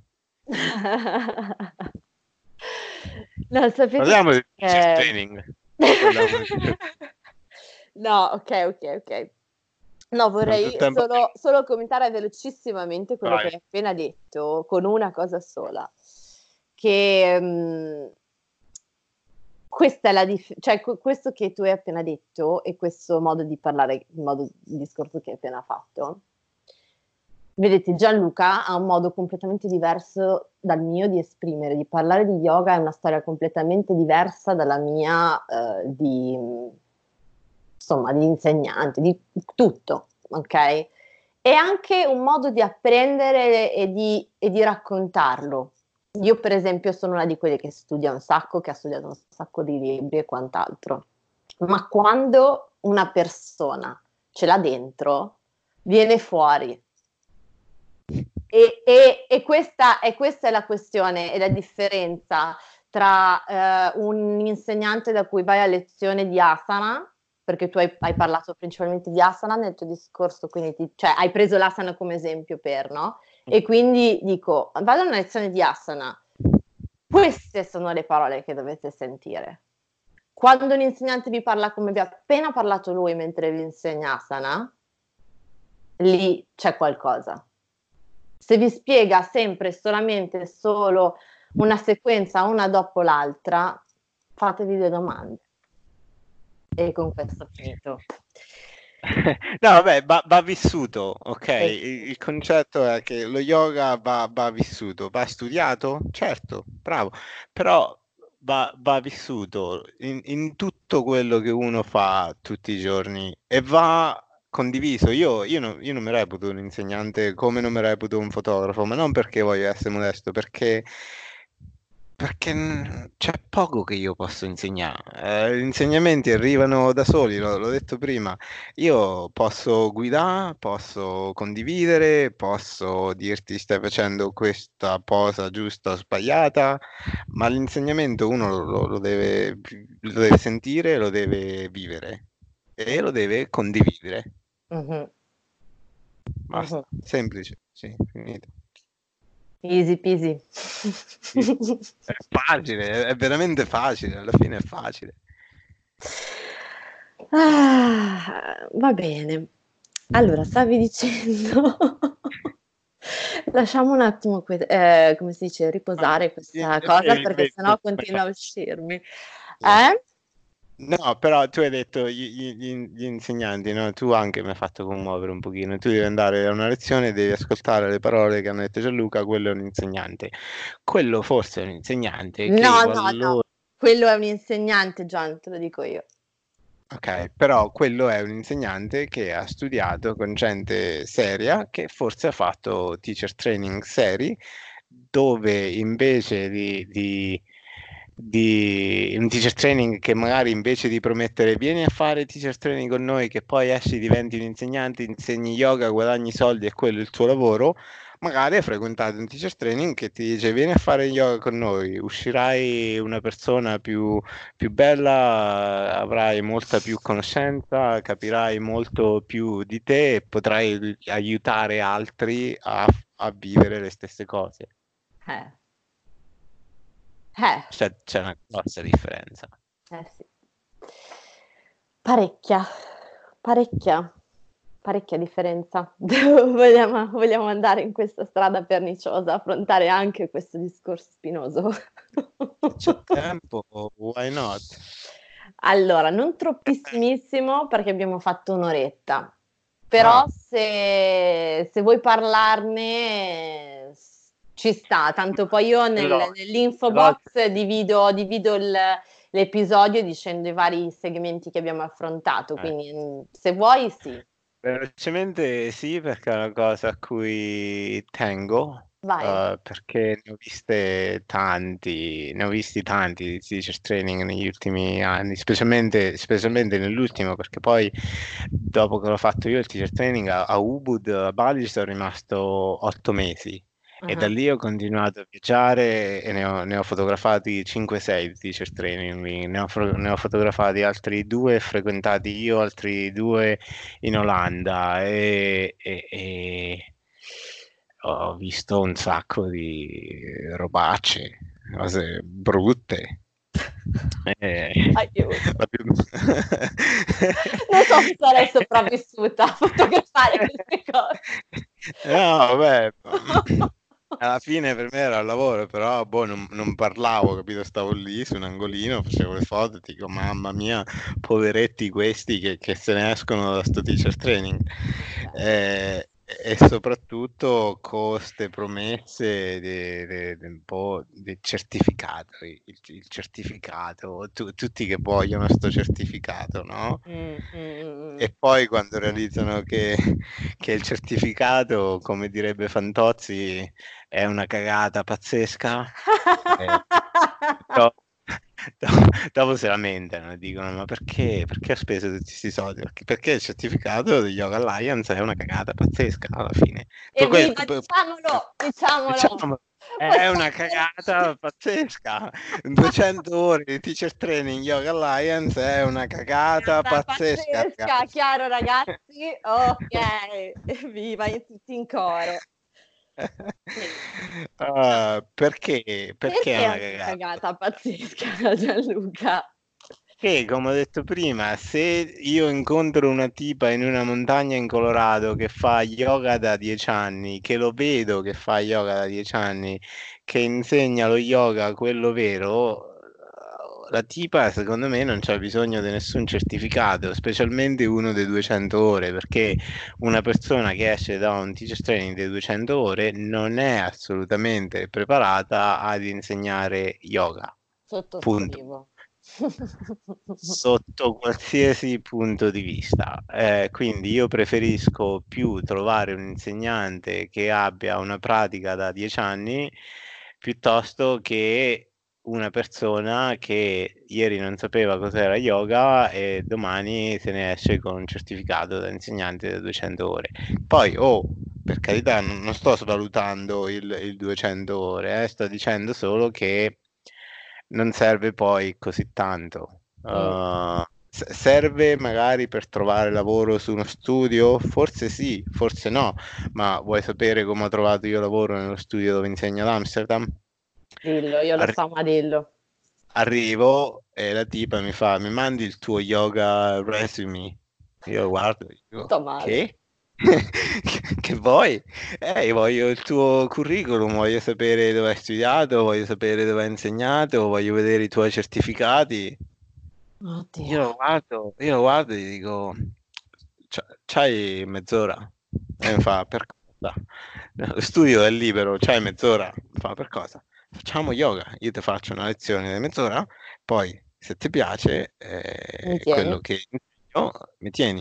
No, sapete Parliamo del teacher che... training. Parliamo del teacher No, ok, ok, ok. No, Quanto vorrei tempo solo, solo commentare velocissimamente quello che vai? hai appena detto con una cosa sola, che mh, questa è la dif- cioè que- questo che tu hai appena detto e questo modo di parlare, il modo il discorso che hai appena fatto. Vedete, Gianluca ha un modo completamente diverso dal mio di esprimere, di parlare di yoga, è una storia completamente diversa dalla mia, eh, di, insomma, di insegnante, di tutto, ok? È anche un modo di apprendere e di, e di raccontarlo. Io, per esempio, sono una di quelle che studia un sacco, che ha studiato un sacco di libri e quant'altro. Ma quando una persona ce l'ha dentro, viene fuori. E, e- e questa, e questa è la questione e la differenza tra eh, un insegnante da cui vai a lezione di asana, perché tu hai, hai parlato principalmente di asana nel tuo discorso, quindi ti- cioè hai preso l'asana come esempio per, no? E quindi dico, vado a una lezione di asana, queste sono le parole che dovete sentire. Quando un insegnante vi parla come vi ha appena parlato lui mentre vi insegna asana, lì c'è qualcosa. Se vi spiega sempre solamente solo una sequenza una dopo l'altra, fatevi delle domande. E con questo ho finito. No, vabbè, va, va vissuto, ok? Sì. Il, il concetto è che lo yoga va, va vissuto, va studiato, certo, bravo, però va, va vissuto in, in tutto quello che uno fa tutti i giorni e va condiviso. Io, io, non, io non mi reputo un insegnante come non mi reputo un fotografo, ma non perché voglio essere modesto, perché, perché n- c'è poco che io posso insegnare. Eh, gli insegnamenti arrivano da soli, l'ho l'ho detto prima. Io posso guidare, posso condividere, posso dirti stai facendo questa posa giusta o sbagliata, ma l'insegnamento uno lo, lo- lo deve, lo deve sentire, lo deve vivere e lo deve condividere. Mhm, mhm. Basta, semplice, sì, finito. Easy peasy. È facile, è veramente facile, alla fine è facile. Ah, va bene. Allora, stavi dicendo, lasciamo un attimo, que- eh, come si dice, Ah, riposare sì, questa cosa vedi, perché vedi tu sennò come continua fai. a uscirmi. Sì. Eh? No, però tu hai detto gli, gli- gli- gli insegnanti, no? Tu anche mi hai fatto commuovere un pochino. Tu devi andare a una lezione e devi ascoltare le parole che hanno detto Gianluca, quello è un insegnante. Quello forse è un insegnante che No, no, no. qualora... Quello è un insegnante, Gian, te lo dico io. Ok, però quello è un insegnante che ha studiato con gente seria, che forse ha fatto teacher training seri, dove invece di, di, di un teacher training che magari invece di promettere vieni a fare teacher training con noi, che poi esci, diventi un insegnante, insegni yoga, guadagni soldi e quello è il tuo lavoro, magari hai frequentato un teacher training che ti dice vieni a fare yoga con noi, uscirai una persona più più bella, avrai molta più conoscenza, capirai molto più di te e potrai aiutare altri a, a vivere le stesse cose. Eh, eh, C'è, c'è una grossa differenza. eh sì. Parecchia, parecchia, parecchia differenza. Vogliamo, vogliamo andare in questa strada perniciosa, affrontare anche questo discorso spinoso. C'è tempo, why not? Allora, non troppissimissimo perché abbiamo fatto un'oretta, però Ah, se, se vuoi parlarne s- ci sta, tanto poi io nel- veloce, nell'info veloce. box divido, divido il- l'episodio dicendo i vari segmenti che abbiamo affrontato, Eh. quindi mm, se vuoi sì, Velocemente sì, perché è una cosa a cui tengo, vai. eh, perché ne ho viste tanti, ne ho visti tanti di teacher training negli ultimi anni, specialmente, specialmente nell'ultimo, perché poi dopo che l'ho fatto io il teacher training a, a Ubud, a Bali, ci sono rimasto otto mesi. E da Ah, lì ho continuato a viaggiare e ne ho, ne ho fotografati cinque sei di teacher training, lì. Ne ho, fo- ne ho fotografati altri due, frequentati io, altri due in Olanda e, e- e ho visto un sacco di robacce, cose brutte. Eh, aiuto. la più- Non so se sarei sopravvissuta a fotografare queste cose. No, vabbè, alla fine per me era il lavoro, però boh, non, non parlavo, capito? Stavo lì su un angolino, facevo le foto, dico, mamma mia, poveretti questi che, che se ne escono da sto teacher training. Ok. Eh, e soprattutto coste promesse de- de- de- un po' del certificato, il, il certificato, tu- tutti che vogliono sto certificato, no? Mm, mm, mm, mm. E poi quando realizzano che, che il certificato, come direbbe Fantozzi, è una cagata pazzesca, eh, do- do- dopo se lamentano e dicono: Ma perché, perché ho speso tutti questi soldi? Perché, perché il certificato di Yoga Alliance è una cagata pazzesca alla fine. Per quel- Evviva, per- diciamolo, diciamolo. diciamo, è Possiamo una dire cagata pazzesca. duecento ore di teacher training Yoga Alliance è una cagata cagata pazzesca, pazzesca, ragazzi. chiaro ragazzi? Ok, evviva in- tutti in coro. Sì. No, Ah, perché? Perché è perché è una una cagata? cagata pazzesca, Gianluca? Che, come ho detto prima, se io incontro una tipa in una montagna in Colorado che fa yoga da dieci anni, che lo vedo che fa yoga da dieci anni, che insegna lo yoga, quello vero, la tipa secondo me non c'ha bisogno di nessun certificato, specialmente uno dei duecento ore, perché una persona che esce da un teacher training di duecento ore non è assolutamente preparata ad insegnare yoga. Punto. Sottoscrivo. Sotto qualsiasi punto di vista. Eh, quindi io preferisco più trovare un insegnante che abbia una pratica da dieci anni piuttosto che una persona che ieri non sapeva cos'era yoga e domani se ne esce con un certificato da insegnante da duecento ore. Poi, oh, per carità, non, non sto svalutando il, il duecento ore, eh, sto dicendo solo che non serve poi così tanto. Mm. Uh, s- serve magari per trovare lavoro su uno studio? Forse sì, forse no, ma vuoi sapere come ho trovato io lavoro nello studio dove insegno ad Amsterdam? Dillo, io lo Arri- so, ma dillo. arrivo e la tipa mi fa, mi mandi il tuo yoga resume? Io guardo, dico, Sto male. che? Che vuoi? Eh, io voglio il tuo curriculum, voglio sapere dove hai studiato, voglio sapere dove hai insegnato, voglio vedere i tuoi certificati. Oddio. Io lo guardo, io lo guardo e gli dico, "C'ha- c'hai mezz'ora? E mi fa, per cosa? Lo studio è libero, c'hai mezz'ora? Mi fa, per cosa? Facciamo yoga, io ti faccio una lezione di mezz'ora, poi se ti piace Mi eh, tieni? quello che insegno, mi tieni.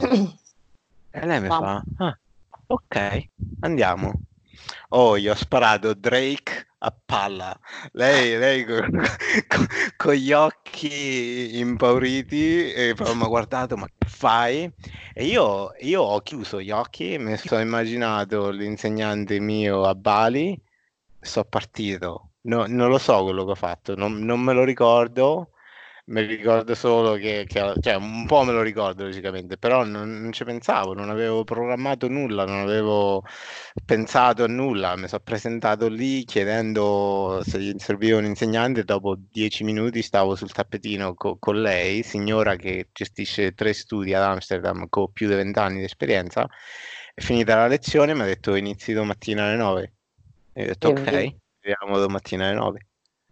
E lei mi Bam. fa, ah, ok, andiamo. Oh, gli ho sparato Drake a palla. Lei, lei con, con- con gli occhi impauriti e poi mi ha guardato, ma che fai? E io, io ho chiuso gli occhi, mi sono immaginato l'insegnante mio a Bali, sono partito. No- non lo so quello che ho fatto, non, non me lo ricordo. Mi ricordo solo che, che- cioè un po' me lo ricordo logicamente, però non, non ci pensavo, non avevo programmato nulla, non avevo pensato a nulla, mi sono presentato lì chiedendo se gli serviva un insegnante, dopo dieci minuti stavo sul tappetino co- con lei, signora che gestisce tre studi ad Amsterdam con più di vent'anni di esperienza, è finita la lezione, mi ha detto inizi domattina alle nove. E io ho detto E ok, via. vediamo domattina alle nove.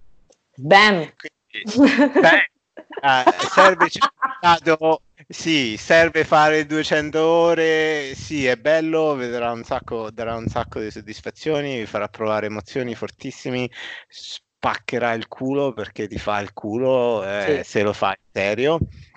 Bam. Quindi, beh, eh, serve certificato, sì, serve fare duecento ore, sì, è bello, vedrà un sacco, darà un sacco di soddisfazioni, vi farà provare emozioni fortissimi, spaccherà il culo perché ti fa il culo, eh, Sì. se lo fa in serio.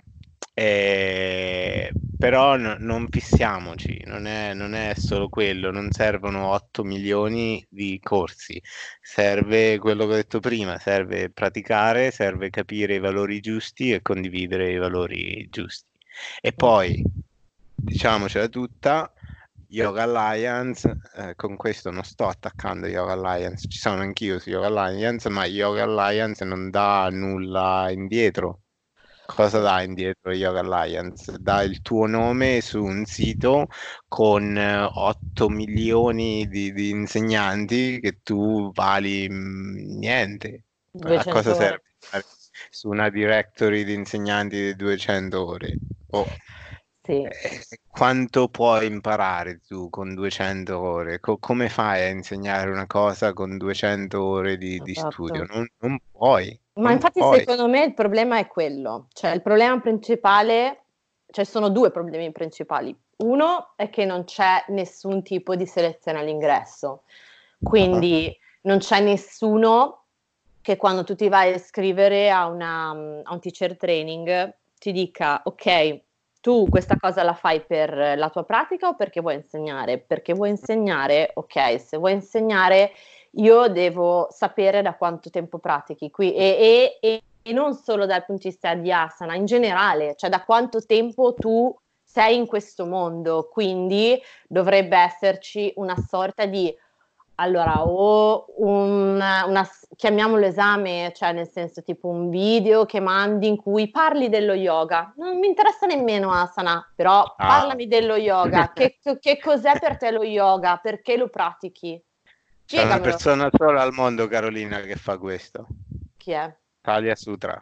Eh, però no- non fissiamoci, non è, non è solo quello, non servono otto milioni di corsi, serve quello che ho detto prima, serve praticare, serve capire i valori giusti e condividere i valori giusti. E poi, diciamocela tutta, Yoga Alliance, eh, con questo non sto attaccando Yoga Alliance, ci sono anch'io su Yoga Alliance, ma Yoga Alliance non dà nulla indietro. Cosa dà indietro Yoga Alliance? Dà il tuo nome su un sito con eh, otto milioni di, di insegnanti che tu vali mm, niente. A duecento cosa ore. serve stare su una directory di insegnanti di duecento ore? Oh, Sì, eh, quanto puoi imparare tu con duecento ore? Co- come fai a insegnare una cosa con duecento ore di, di studio? esatto. Non, non puoi, Ma non infatti puoi. secondo me il problema è quello, cioè il problema principale, cioè sono due problemi principali. Uno è che non c'è nessun tipo di selezione all'ingresso, Ah. quindi non c'è nessuno che quando tu ti vai a iscrivere a, una, a un teacher training ti dica ok, tu questa cosa la fai per la tua pratica o perché vuoi insegnare? Perché vuoi insegnare? Ok, se vuoi insegnare io devo sapere da quanto tempo pratichi qui e, e, e non solo dal punto di vista di asana, in generale, cioè da quanto tempo tu sei in questo mondo, quindi dovrebbe esserci una sorta di, allora, o un, una, chiamiamolo esame, cioè nel senso tipo un video che mandi in cui parli dello yoga, non mi interessa nemmeno asana, però Ah. parlami dello yoga, che, che cos'è per te lo yoga, perché lo pratichi? C'è una Spiegamelo. persona sola al mondo, Carolina, che fa questo. Chi è? Talia Sutra.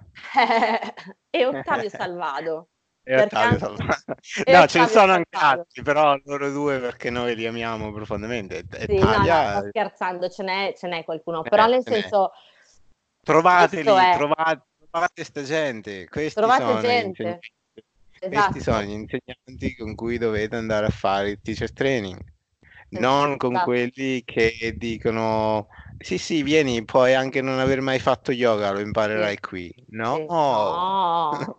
E Ottavio Salvado. E Perché Ottavio anche... Salvano. E No, ce ne Ottavio sono anche Salvado. altri, però loro due perché noi li amiamo profondamente. E e Sì, no, no, Talia, sto scherzando, ce n'è, ce n'è qualcuno, però eh, nel ce n'è. senso, questo Trovateli, è, trovate, trovate sta gente. Questi trovate sono gli gente, insegnanti. Questi sono esatto, gli insegnanti con cui dovete andare a fare il teacher training. es- Non con esatto, quelli che dicono sì, sì, vieni, puoi anche non aver mai fatto yoga, lo imparerai Sì, qui. No? sì. Oh. No.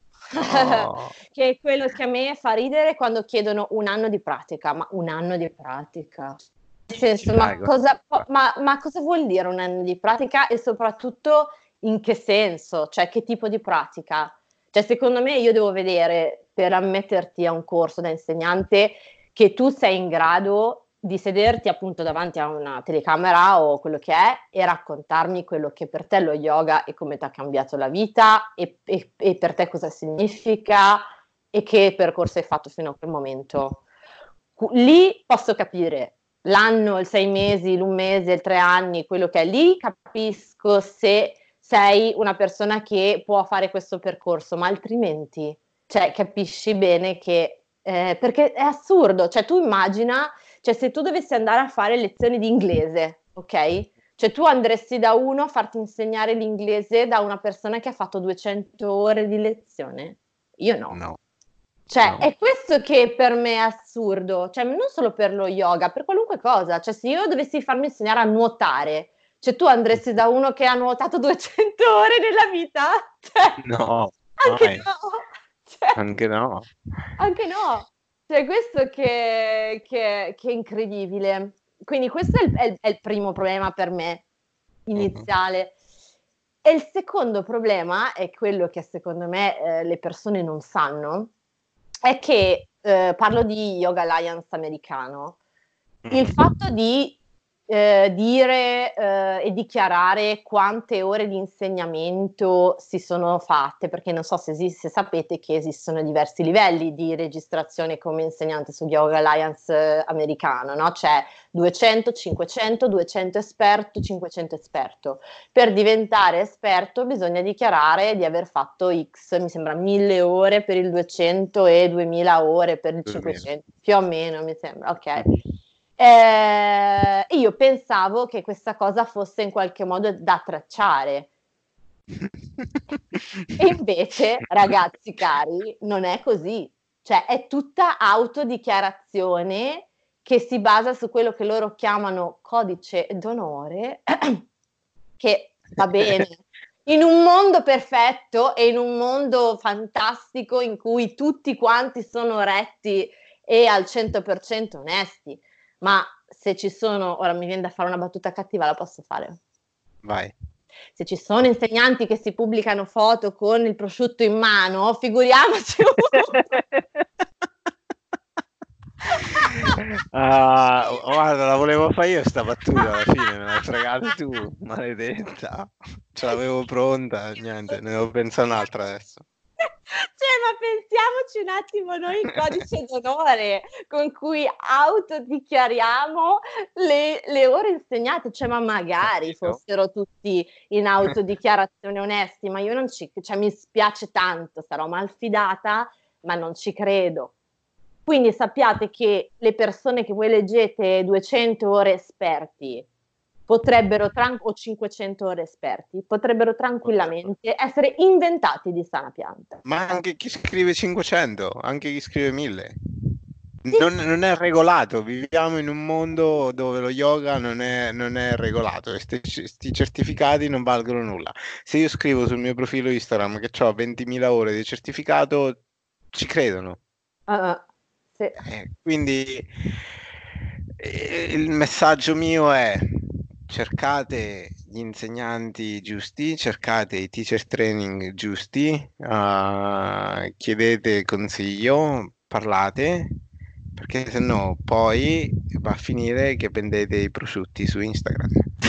Oh. Che è quello che a me fa ridere quando chiedono un anno di pratica, ma un anno di pratica? Nel senso, ma Dai, cosa, guarda. ma, ma cosa vuol dire un anno di pratica e soprattutto in che senso? Cioè, che tipo di pratica? Cioè, secondo me io devo vedere per ammetterti a un corso da insegnante che tu sei in grado di sederti appunto davanti a una telecamera o quello che è e raccontarmi quello che per te è lo yoga e come ti ha cambiato la vita e, e, e per te cosa significa e che percorso hai fatto fino a quel momento. Lì posso capire l'anno, il sei mesi, l'un mese, il tre anni, quello che è lì, capisco se sei una persona che può fare questo percorso, ma altrimenti, cioè, capisci bene che, eh, perché è assurdo, cioè tu immagina, cioè se tu dovessi andare a fare lezioni di inglese, ok? Cioè tu andresti da uno a farti insegnare l'inglese da una persona che ha fatto duecento ore di lezione? Io no. No, Cioè, no. è questo che per me è assurdo, cioè non solo per lo yoga, per qualunque cosa, cioè se io dovessi farmi insegnare a nuotare, cioè tu andresti da uno che ha nuotato duecento ore nella vita? Cioè, No, anche mai. no, cioè, Anche no. anche no, cioè questo che, che- che è incredibile. Quindi questo è il, è il- è il primo problema per me, Mhm. iniziale. E il secondo problema è quello che secondo me eh, le persone non sanno, è che eh, parlo di Yoga Alliance americano, il Mhm. fatto di eh, dire eh, e dichiarare quante ore di insegnamento si sono fatte, perché non so se, esiste, se sapete che esistono diversi livelli di registrazione come insegnante su Yoga Alliance eh, americano, no? C'è duecento, cinquecento, duecento esperto, cinquecento esperto. Per diventare esperto bisogna dichiarare di aver fatto X, mi sembra mille ore per il duecento e duemila ore per il Duemila. cinquecento, più o meno mi sembra, ok. Mhm. Eh, io pensavo che questa cosa fosse in qualche modo da tracciare. E invece, ragazzi cari, non è così. Cioè, è tutta autodichiarazione che si basa su quello che loro chiamano codice d'onore, che va bene. In un mondo perfetto e in un mondo fantastico in cui tutti quanti sono retti e al cento per cento onesti, ma se ci sono, ora mi viene da fare una battuta cattiva, la posso fare? Vai. Se ci sono insegnanti che si pubblicano foto con il prosciutto in mano, figuriamoci un... Ah, guarda, la volevo fare io sta battuta, alla fine me l'hai fregata tu, maledetta. Ce l'avevo pronta, niente, ne devo pensare un'altra adesso. Cioè, ma pensiamoci un attimo noi il codice d'onore con cui autodichiariamo le, le ore insegnate, cioè, ma magari Capito? fossero tutti in autodichiarazione onesti, ma io non ci, cioè, mi spiace tanto, sarò malfidata, ma non ci credo. Quindi sappiate che le persone che voi leggete duecento ore esperti potrebbero, tran- o cinquecento ore esperti, potrebbero tranquillamente essere inventati di sana pianta. Ma anche chi scrive cinquecento, anche chi scrive mille. Sì, Non, non è regolato, viviamo in un mondo dove lo yoga non è, non è regolato e questi certificati non valgono nulla. Se io scrivo sul mio profilo Instagram che ho ventimila ore di certificato, ci credono. uh, sì. Eh, quindi eh, il messaggio mio è cercate gli insegnanti giusti, cercate i teacher training giusti, eh, chiedete consiglio, parlate, perché sennò poi va a finire che vendete i prosciutti su Instagram.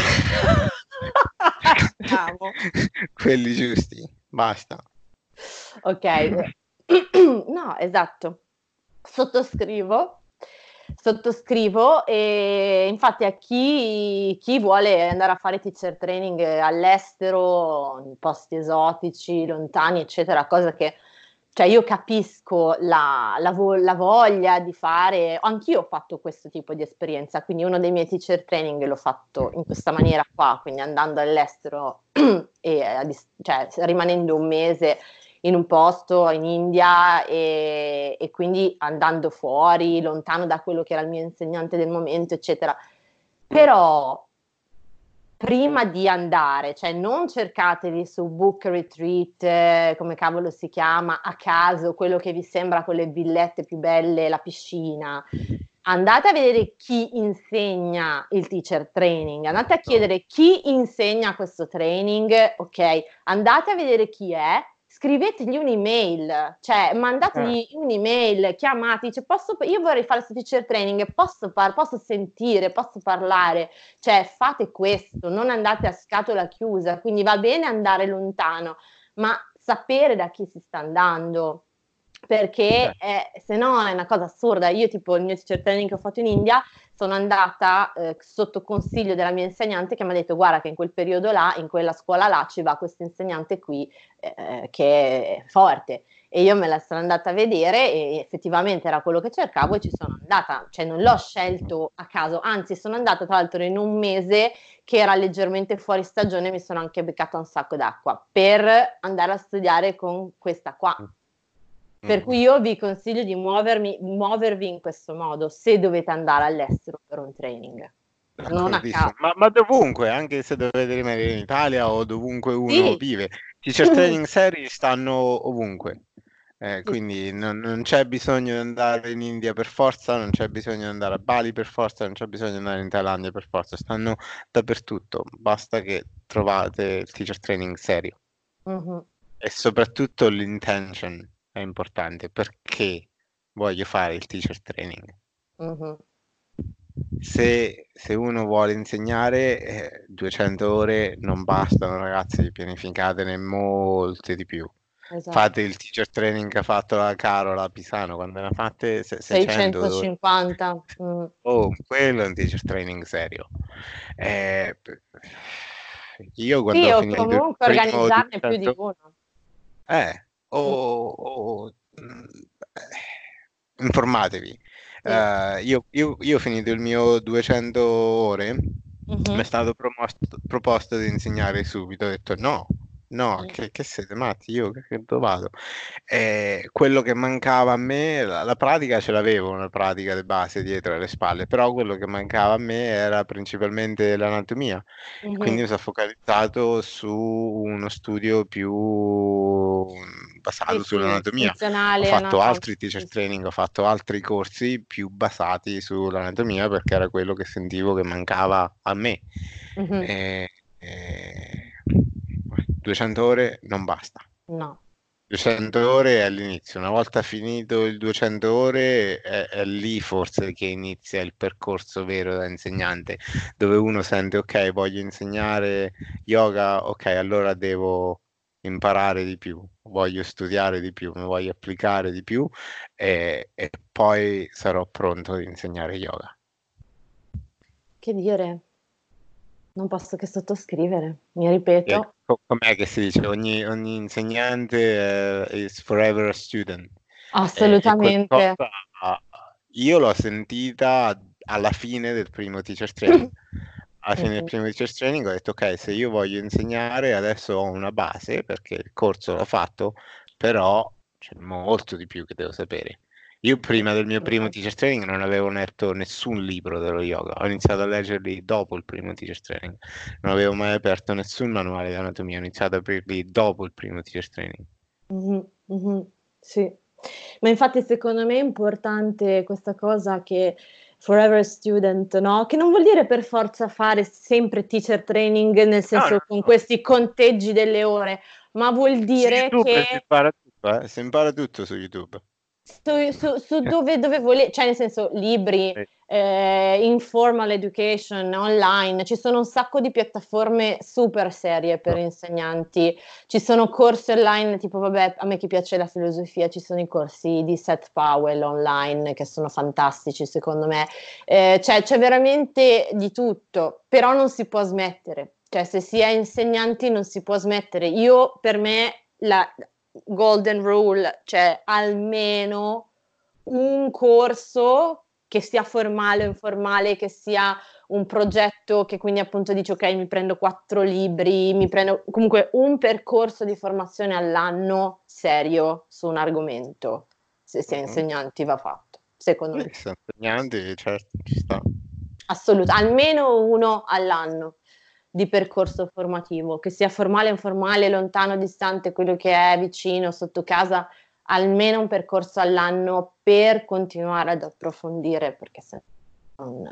Amo. Quelli giusti, basta. Ok, no, esatto. Sottoscrivo, sottoscrivo e infatti a chi, chi vuole andare a fare teacher training all'estero, in posti esotici, lontani, eccetera, cosa che, cioè io capisco la, la vo- la voglia di fare, anch'io ho fatto questo tipo di esperienza, quindi uno dei miei teacher training l'ho fatto in questa maniera qua, quindi andando all'estero e a dis- cioè, rimanendo un mese in un posto in India e, e quindi andando fuori, lontano da quello che era il mio insegnante del momento, eccetera. Però prima di andare, cioè non cercateli su Book Retreat, eh, come cavolo si chiama, a caso, quello che vi sembra con le villette più belle, la piscina. Andate a vedere chi insegna il teacher training, andate a chiedere chi insegna questo training, ok? Andate a vedere chi è, scrivetegli un'email, cioè mandategli eh. un'email, chiamati, cioè, posso, io vorrei fare questo teacher training, posso, par- posso sentire, posso parlare, cioè fate questo, non andate a scatola chiusa, quindi va bene andare lontano, ma sapere da chi si sta andando, perché eh, se no è una cosa assurda. Io tipo il mio teacher training che ho fatto in India sono andata eh, sotto consiglio della mia insegnante che mi ha detto guarda che in quel periodo là, in quella scuola là ci va questo insegnante qui eh, che è forte, e io me la sono andata a vedere e effettivamente era quello che cercavo e ci sono andata, cioè non l'ho scelto a caso, anzi sono andata tra l'altro in un mese che era leggermente fuori stagione, mi sono anche beccata un sacco d'acqua per andare a studiare con questa qua. Per cui io vi consiglio di muovermi, muovervi in questo modo se dovete andare all'estero per un training. Non a caso. Ma, ma dovunque, anche se dovete rimanere in Italia o dovunque uno Sì. vive. Teacher training seri stanno ovunque. Eh, quindi non, non c'è bisogno di andare in India per forza, non c'è bisogno di andare a Bali per forza, non c'è bisogno di andare in Thailandia per forza, stanno dappertutto. Basta che trovate il teacher training serio. Uh-huh. E soprattutto l'intention è importante. Perché voglio fare il teacher training? Uh-huh. Se, se uno vuole insegnare, eh, duecento ore non bastano, ragazzi, pianificatene molte di più. Esatto. Fate il teacher training che ha fatto la Carola Pisano, quando ne ha fatte se- seicento. seicentocinquanta. Mm. Oh, quello è un teacher training serio. Eh, io quando Sì, ho o finito il comunque primo organizzarne più di duecento uno. eh, o, o- mm, eh, informatevi. Sì. Eh, io, io- io ho finito il mio duecento ore, Mhm. mi è stato promosto- proposto di insegnare subito, ho detto no, no, Mm. che, che siete matti, io che, che dove vado? Eh, quello che mancava a me, la, la pratica ce l'avevo, una pratica di base dietro alle spalle, però quello che mancava a me era principalmente l'anatomia. Mhm. Quindi mi sono focalizzato su uno studio più basato Sì, sì, sull'anatomia. Ho funzionale, fatto anatomico. altri teacher Sì, sì. training, ho fatto altri corsi più basati sull'anatomia perché era quello che sentivo che mancava a me. Mhm. E- e- duecento ore non basta. No. duecento ore è all'inizio, una volta finito il duecento ore è, è lì forse che inizia il percorso vero da insegnante, dove uno sente ok, voglio insegnare yoga, ok, allora devo imparare di più, voglio studiare di più, mi voglio applicare di più e, e poi sarò pronto ad insegnare yoga. Che dire? Non posso che sottoscrivere, mi E ripeto. co- com'è che si dice? Ogni, ogni insegnante eh, is forever a student. E, e questa Assolutamente. cosa io l'ho sentita alla fine del primo teacher training. Alla fine del Mhm. primo teacher training ho detto, ok, se io voglio insegnare, adesso ho una base, perché il corso l'ho fatto, però c'è molto di più che devo sapere. Io prima del mio primo teacher training non avevo letto nessun libro dello yoga, ho iniziato a leggerli dopo il primo teacher training, non avevo mai aperto nessun manuale di anatomia, ho iniziato ad aprirli dopo il primo teacher training. Mhm, mhm, sì, ma infatti secondo me è importante questa cosa che forever student, no? Che non vuol dire per forza fare sempre teacher training, nel No, senso no, con no. questi conteggi delle ore, ma vuol Su dire YouTube si che impara tutto, eh? Si impara tutto su YouTube. su, su- su dove, dove volete, cioè nel senso libri, Sì. eh, informal education, online, ci sono un sacco di piattaforme super serie per insegnanti, ci sono corsi online, tipo vabbè, a me che piace la filosofia, ci sono i corsi di Seth Powell online che sono fantastici secondo me, eh, cioè c'è veramente di tutto, però non si può smettere, cioè se si è insegnanti non si può smettere. Io per me la golden rule, cioè almeno un corso che sia formale o informale, che sia un progetto che quindi appunto dice ok, mi prendo quattro libri, mi prendo comunque un percorso di formazione all'anno serio su un argomento, se si è Mhm. insegnanti va fatto, secondo me. Sì, sono insegnanti, certo, ci sta. Assolutamente, almeno uno all'anno. di percorso formativo, che sia formale, informale, lontano, distante, quello che è vicino, sotto casa, almeno un percorso all'anno per continuare ad approfondire, perché se non...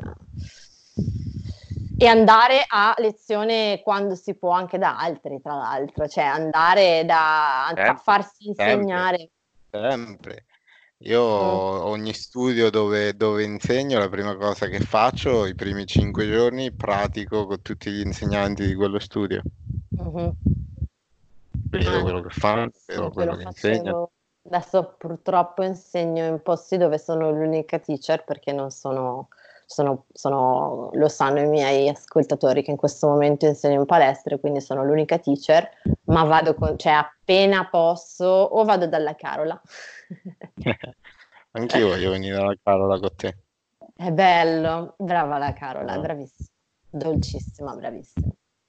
E andare a lezione quando si può anche da altri, tra l'altro, cioè andare da, a Sempre, farsi sempre, insegnare. sempre. Io Mm. ogni studio dove, dove insegno, la prima cosa che faccio, i primi cinque giorni, pratico con tutti gli insegnanti di quello studio. Mhm. Vedo Ah, quello che fanno, vedo anche io lo quello che insegnano. facevo. Adesso purtroppo insegno in posti dove sono l'unica teacher perché non sono, sono, sono, lo sanno i miei ascoltatori che in questo momento insegno in palestra, quindi sono l'unica teacher, ma vado con, cioè appena posso o vado dalla Carola. Anch'io voglio venire alla Carola con te. È bello, brava la Carola, è Eh. bravissima, dolcissima, bravissima.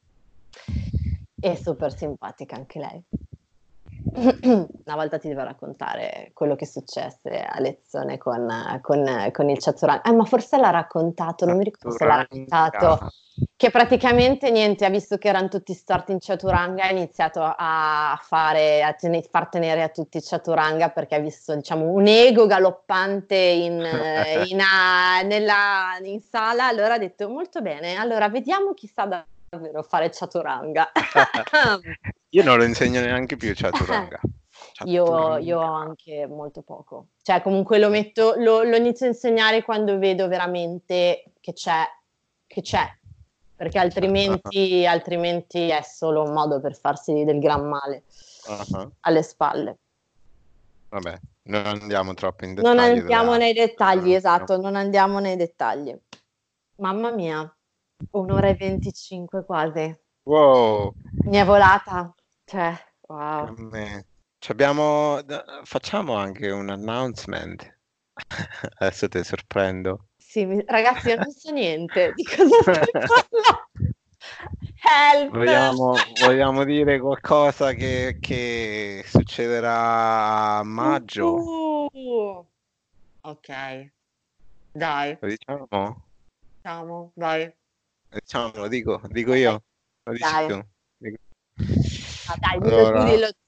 E super simpatica anche lei. Una volta ti devo raccontare quello che successe a lezione con, con, con il chaturanga. Eh, ma forse l'ha raccontato, non mi ricordo se l'ha raccontato. Che praticamente niente, ha visto che erano tutti storti in chaturanga, ha iniziato a fare, a ten- far tenere a tutti chaturanga perché ha visto, diciamo, un ego galoppante in, in, a- nella, in sala. Allora ha detto molto bene, allora vediamo chi sa davvero fare chaturanga. Io non lo insegno neanche più chaturanga. Io, io ho anche molto poco, cioè comunque lo metto, lo, lo inizio a insegnare quando vedo veramente che c'è, che c'è, perché altrimenti, altrimenti è solo un modo per farsi del gran male Uh-huh. alle spalle. Vabbè, non andiamo troppo in Non dettaglio. andiamo della- nei dettagli, della- esatto, non andiamo nei dettagli. Mamma mia, un'ora e venticinque quasi. Wow, Mi è volata, cioè, wow. a me. Ci abbiamo... da- Facciamo anche un announcement. Adesso ti sorprendo. Sì, mi- ragazzi, io non so niente di cosa stai parlando. Help! Vogliamo, vogliamo dire qualcosa che, che succederà a maggio? Uh, ok, dai, Lo diciamo? diciamo, vai. Lo diciamo, lo dico, dico Dai, io. Lo dici dai, tu. Dico- ah, dai, dillo tu, Allora, dillo tu.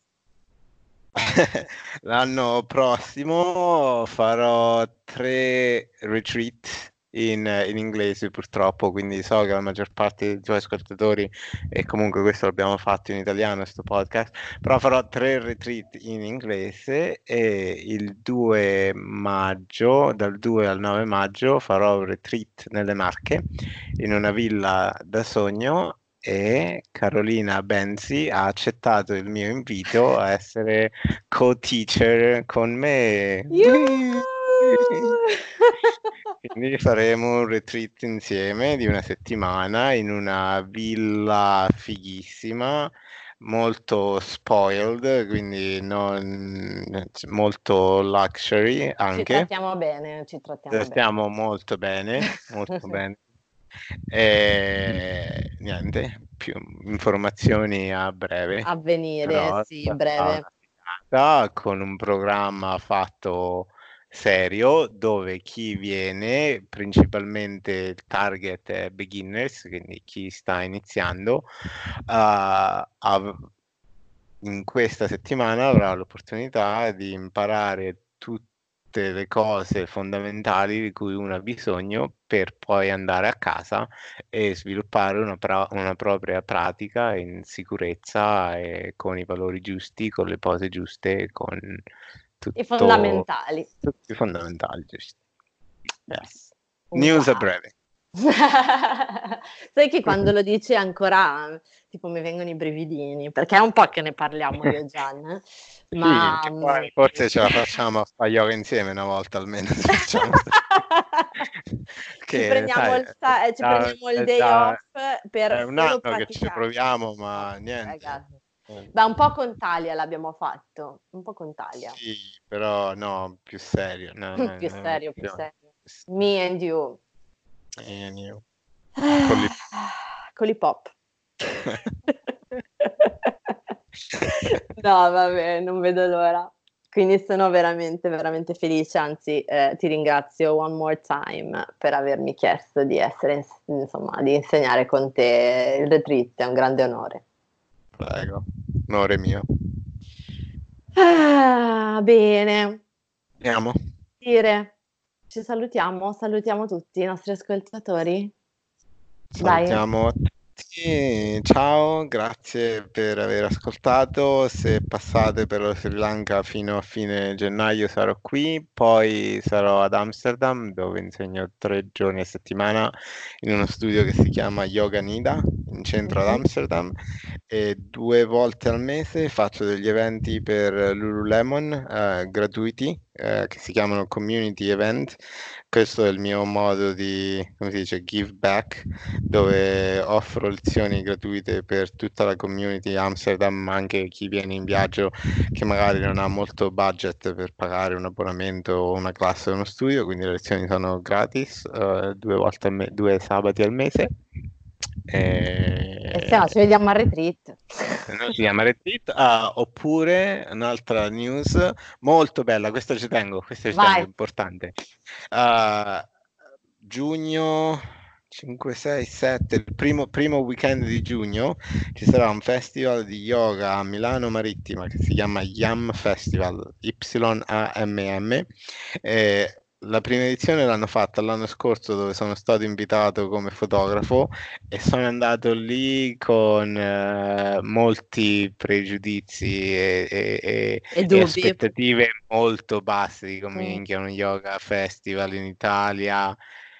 l'anno prossimo farò tre retreat in, in inglese purtroppo, quindi so che la maggior parte dei tuoi ascoltatori, e comunque questo l'abbiamo fatto in italiano, questo podcast, però farò tre retreat in inglese e il due maggio, dal due al nove maggio, farò un retreat nelle Marche in una villa da sogno e Carolina Benzi ha accettato il mio invito a essere co-teacher con me. Yuhu! Quindi faremo un retreat insieme di una settimana in una villa fighissima, molto spoiled, quindi non, molto luxury Ci anche. trattiamo bene, ci trattiamo bene. Stiamo molto bene, molto bene. E niente, più informazioni a breve, A venire, però sì, sarà breve. una figata con un programma fatto serio dove chi viene, principalmente il target è beginners, quindi chi sta iniziando, uh, av- in questa settimana avrà l'opportunità di imparare tutte le cose fondamentali di cui uno ha bisogno per poi andare a casa e sviluppare una, pra- una propria pratica in sicurezza e con i valori giusti, con le pose giuste, con I tutto, fondamentali. tutti i fondamentali giusti. Yes. News a Wow. breve. Sai che quando lo dici ancora tipo mi vengono i brividini, perché è un po' che ne parliamo io e Gian, eh? Ma Sì, che poi forse ce la facciamo a fare yoga insieme una volta almeno. se facciamo ci che prendiamo sai, il, sta- eh, ci da- prendiamo il è day da- off è per un solo anno che ci praticare. proviamo, ma Oh, niente. ragazzi. Eh, Beh, un po' con Talia l'abbiamo fatto, un po' con Talia. Sì, però no, più serio. No, no, Più no, serio, più no. serio. Me and you. Eh, io- con li- Ah, con l'hip hop. No, vabbè, non vedo l'ora. Quindi sono veramente, veramente felice, anzi eh, ti ringrazio one more time per avermi chiesto di essere, insomma, di insegnare con te il retreat, è un grande onore. Prego, onore mio. Ah, bene. Andiamo? Dire, ci salutiamo, salutiamo tutti i nostri ascoltatori. Dai. Salutiamo tutti, ciao, grazie per aver ascoltato. Se passate per lo Sri Lanka fino a fine gennaio sarò qui, poi sarò ad Amsterdam dove insegno tre giorni a settimana in uno studio che si chiama Yoga Nida in centro ad Mhm. Amsterdam, e due volte al mese faccio degli eventi per Lululemon eh, gratuiti eh, che si chiamano Community Event. Questo è il mio modo di, come si dice, give back, dove offro lezioni gratuite per tutta la community Amsterdam, ma anche chi viene in viaggio che magari non ha molto budget per pagare un abbonamento o una classe o uno studio, quindi le lezioni sono gratis, eh, due volte al me- due sabati al mese. E se no, E... ci vediamo al retreat. No, si chiama Retreat. Ah, oppure un'altra news molto bella, questa ci tengo, questa ci Vai. tengo, importante. Ah, giugno cinque, sei, sette, il primo, primo weekend di giugno ci sarà un festival di yoga a Milano Marittima che si chiama YAM Festival, Y A M M. E la prima edizione l'hanno fatta l'anno scorso, dove sono stato invitato come fotografo, e sono andato lì con eh, molti pregiudizi e, e- e- E e dubbi. aspettative molto basse. Dico, Mm. minchia, un yoga festival in Italia.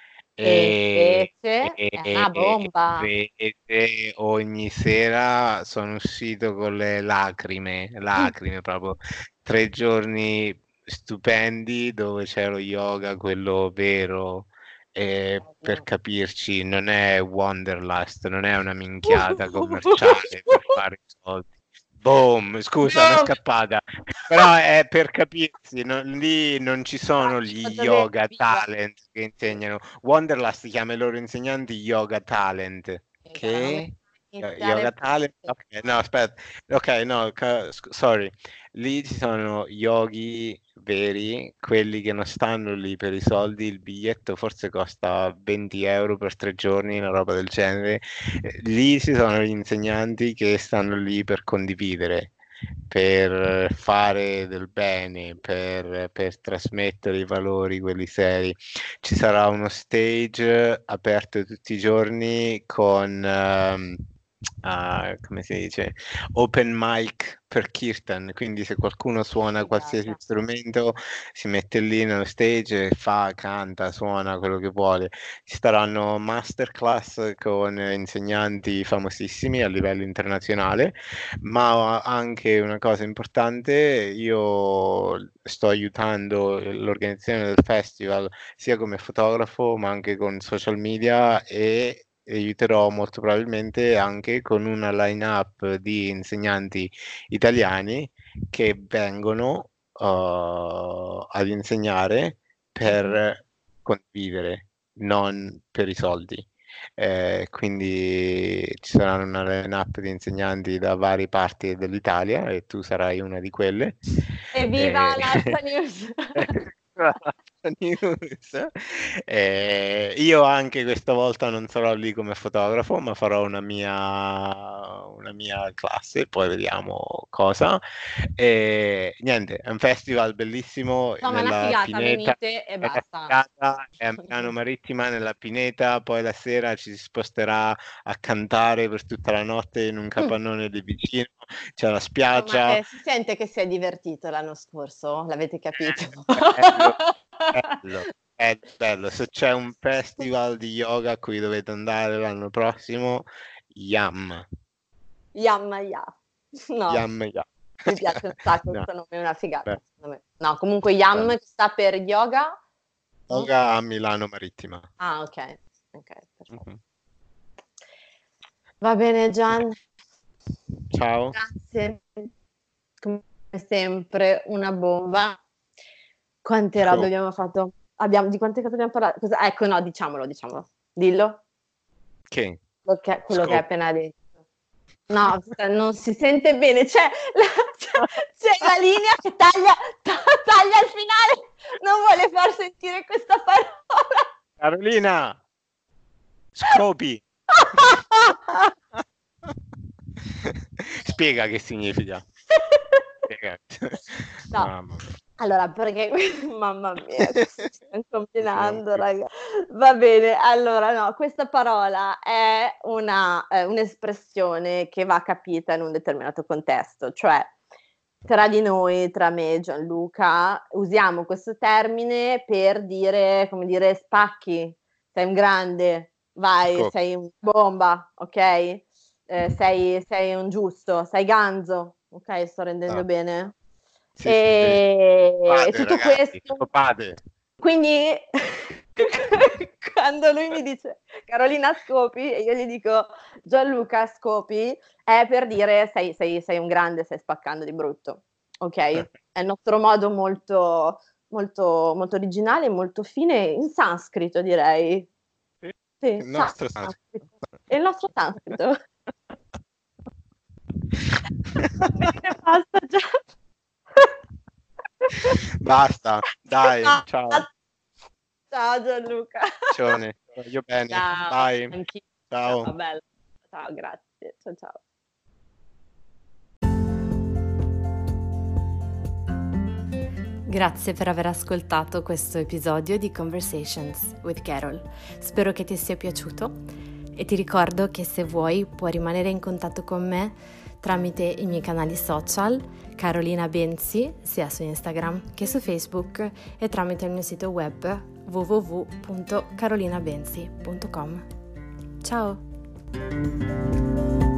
E E, invece e, è una bomba. invece ogni sera sono uscito con le lacrime, lacrime proprio. Tre giorni stupendi dove c'è lo yoga, quello vero. E per capirci, non è Wanderlust, non è una minchiata commerciale per fare i soldi. Boom, scusa, mi è Boom. scappata. Però è per capirsi, non- lì non ci sono gli Fatto yoga bene, talent che insegnano. Wanderlust chiama i loro insegnanti yoga talent. Guarda, non mi Che? iniziare Yoga talent? Ok, no, aspetta. Ok, no, ca- sc- sorry. Lì ci sono yogi veri, quelli che non stanno lì per i soldi. Il biglietto forse costa venti euro per tre giorni, una roba del genere. Eh, Lì ci sono gli insegnanti che stanno lì per condividere, per fare del bene, per, per trasmettere i valori, quelli seri. Ci sarà uno stage aperto tutti i giorni con, ehm, ah, come si dice, open mic per Kirtan, quindi se qualcuno suona qualsiasi Figata. strumento si mette lì nello stage e fa, canta, suona quello che vuole. Ci saranno masterclass con insegnanti famosissimi a livello internazionale, ma anche una cosa importante, io sto aiutando l'organizzazione del festival sia come fotografo ma anche con social media, e aiuterò molto probabilmente anche con una line-up di insegnanti italiani che vengono uh, ad insegnare per condividere, non per i soldi. Eh, quindi ci saranno una line-up di insegnanti da varie parti dell'Italia e tu sarai una di quelle. Evviva Eh, l'Alta News! News. Eh, io anche questa volta non sarò lì come fotografo, ma farò una mia, una mia classe, poi vediamo cosa. E niente, è un festival bellissimo No, ma è una nella figata, pineta. venite e È una basta. figata, è a Milano Marittima nella pineta, poi la sera ci si sposterà a cantare per tutta la notte in un capannone lì vicino, c'è la No, ma spiaggia. eh, si sente che si è divertito l'anno scorso, l'avete capito? Bello, bello, è bello. Se c'è un festival di yoga a cui dovete andare l'anno prossimo, YAM. Yamma ya. No, YAM, YAM. mi piace un sacco No, questo nome, è una figata. beh, secondo me. No, comunque Yam bello. che sta per yoga. Mm? Yoga a Milano Marittima. Ah, ok. Ok, perfetto. Mhm. Va bene, Gian. Ciao. Grazie. Come sempre, una bomba. Quante robe Cool. abbiamo fatto? Abbiamo, di quante cose abbiamo parlato? Cosa- Ecco, no, diciamolo, diciamolo. Dillo. Che? Quello che, quello che hai Scoop. appena detto. No, sta- non si sente bene. C'è la, c'è C'è la linea che taglia, taglia al finale, non vuole far sentire questa parola. Carolina, scopi. Spiega che significa. Spiega. No. Mamma mia. Allora, perché mamma mia, stiamo combinando, raga. Va bene, allora no, questa parola è una è un'espressione che va capita in un determinato contesto, cioè tra di noi, tra me e Gianluca, usiamo questo termine per dire, come dire, spacchi, sei un grande, vai, Scopi. sei un bomba, ok? Eh, sei, sei un giusto, sei ganzo, ok? Sto rendendo Ah. bene? Sì, e sì. Fate, tutto ragazzi, questo, fate. quindi quando lui mi dice Carolina scopi e io gli dico Gianluca scopi, è per dire sei, sei, sei un grande, stai spaccando di brutto, ok? È il nostro modo molto, molto, molto originale, molto fine, in sanscrito direi. Sì, Sì, il nostro sanscrito. È il nostro sanscrito. Va bene, basta già. Basta, dai, No, ciao. Ciao Gianluca. Cione, voglio bene. Ciao, Bye. anch'io. Ciao. Ciao, bello. Ciao, grazie. Ciao, ciao. Grazie per aver ascoltato questo episodio di Conversations with Carol. Spero che ti sia piaciuto e ti ricordo che se vuoi puoi rimanere in contatto con me tramite i miei canali social, Carolina Benzi, sia su Instagram che su Facebook, e tramite il mio sito web w w w punto carolina benzi punto com. Ciao!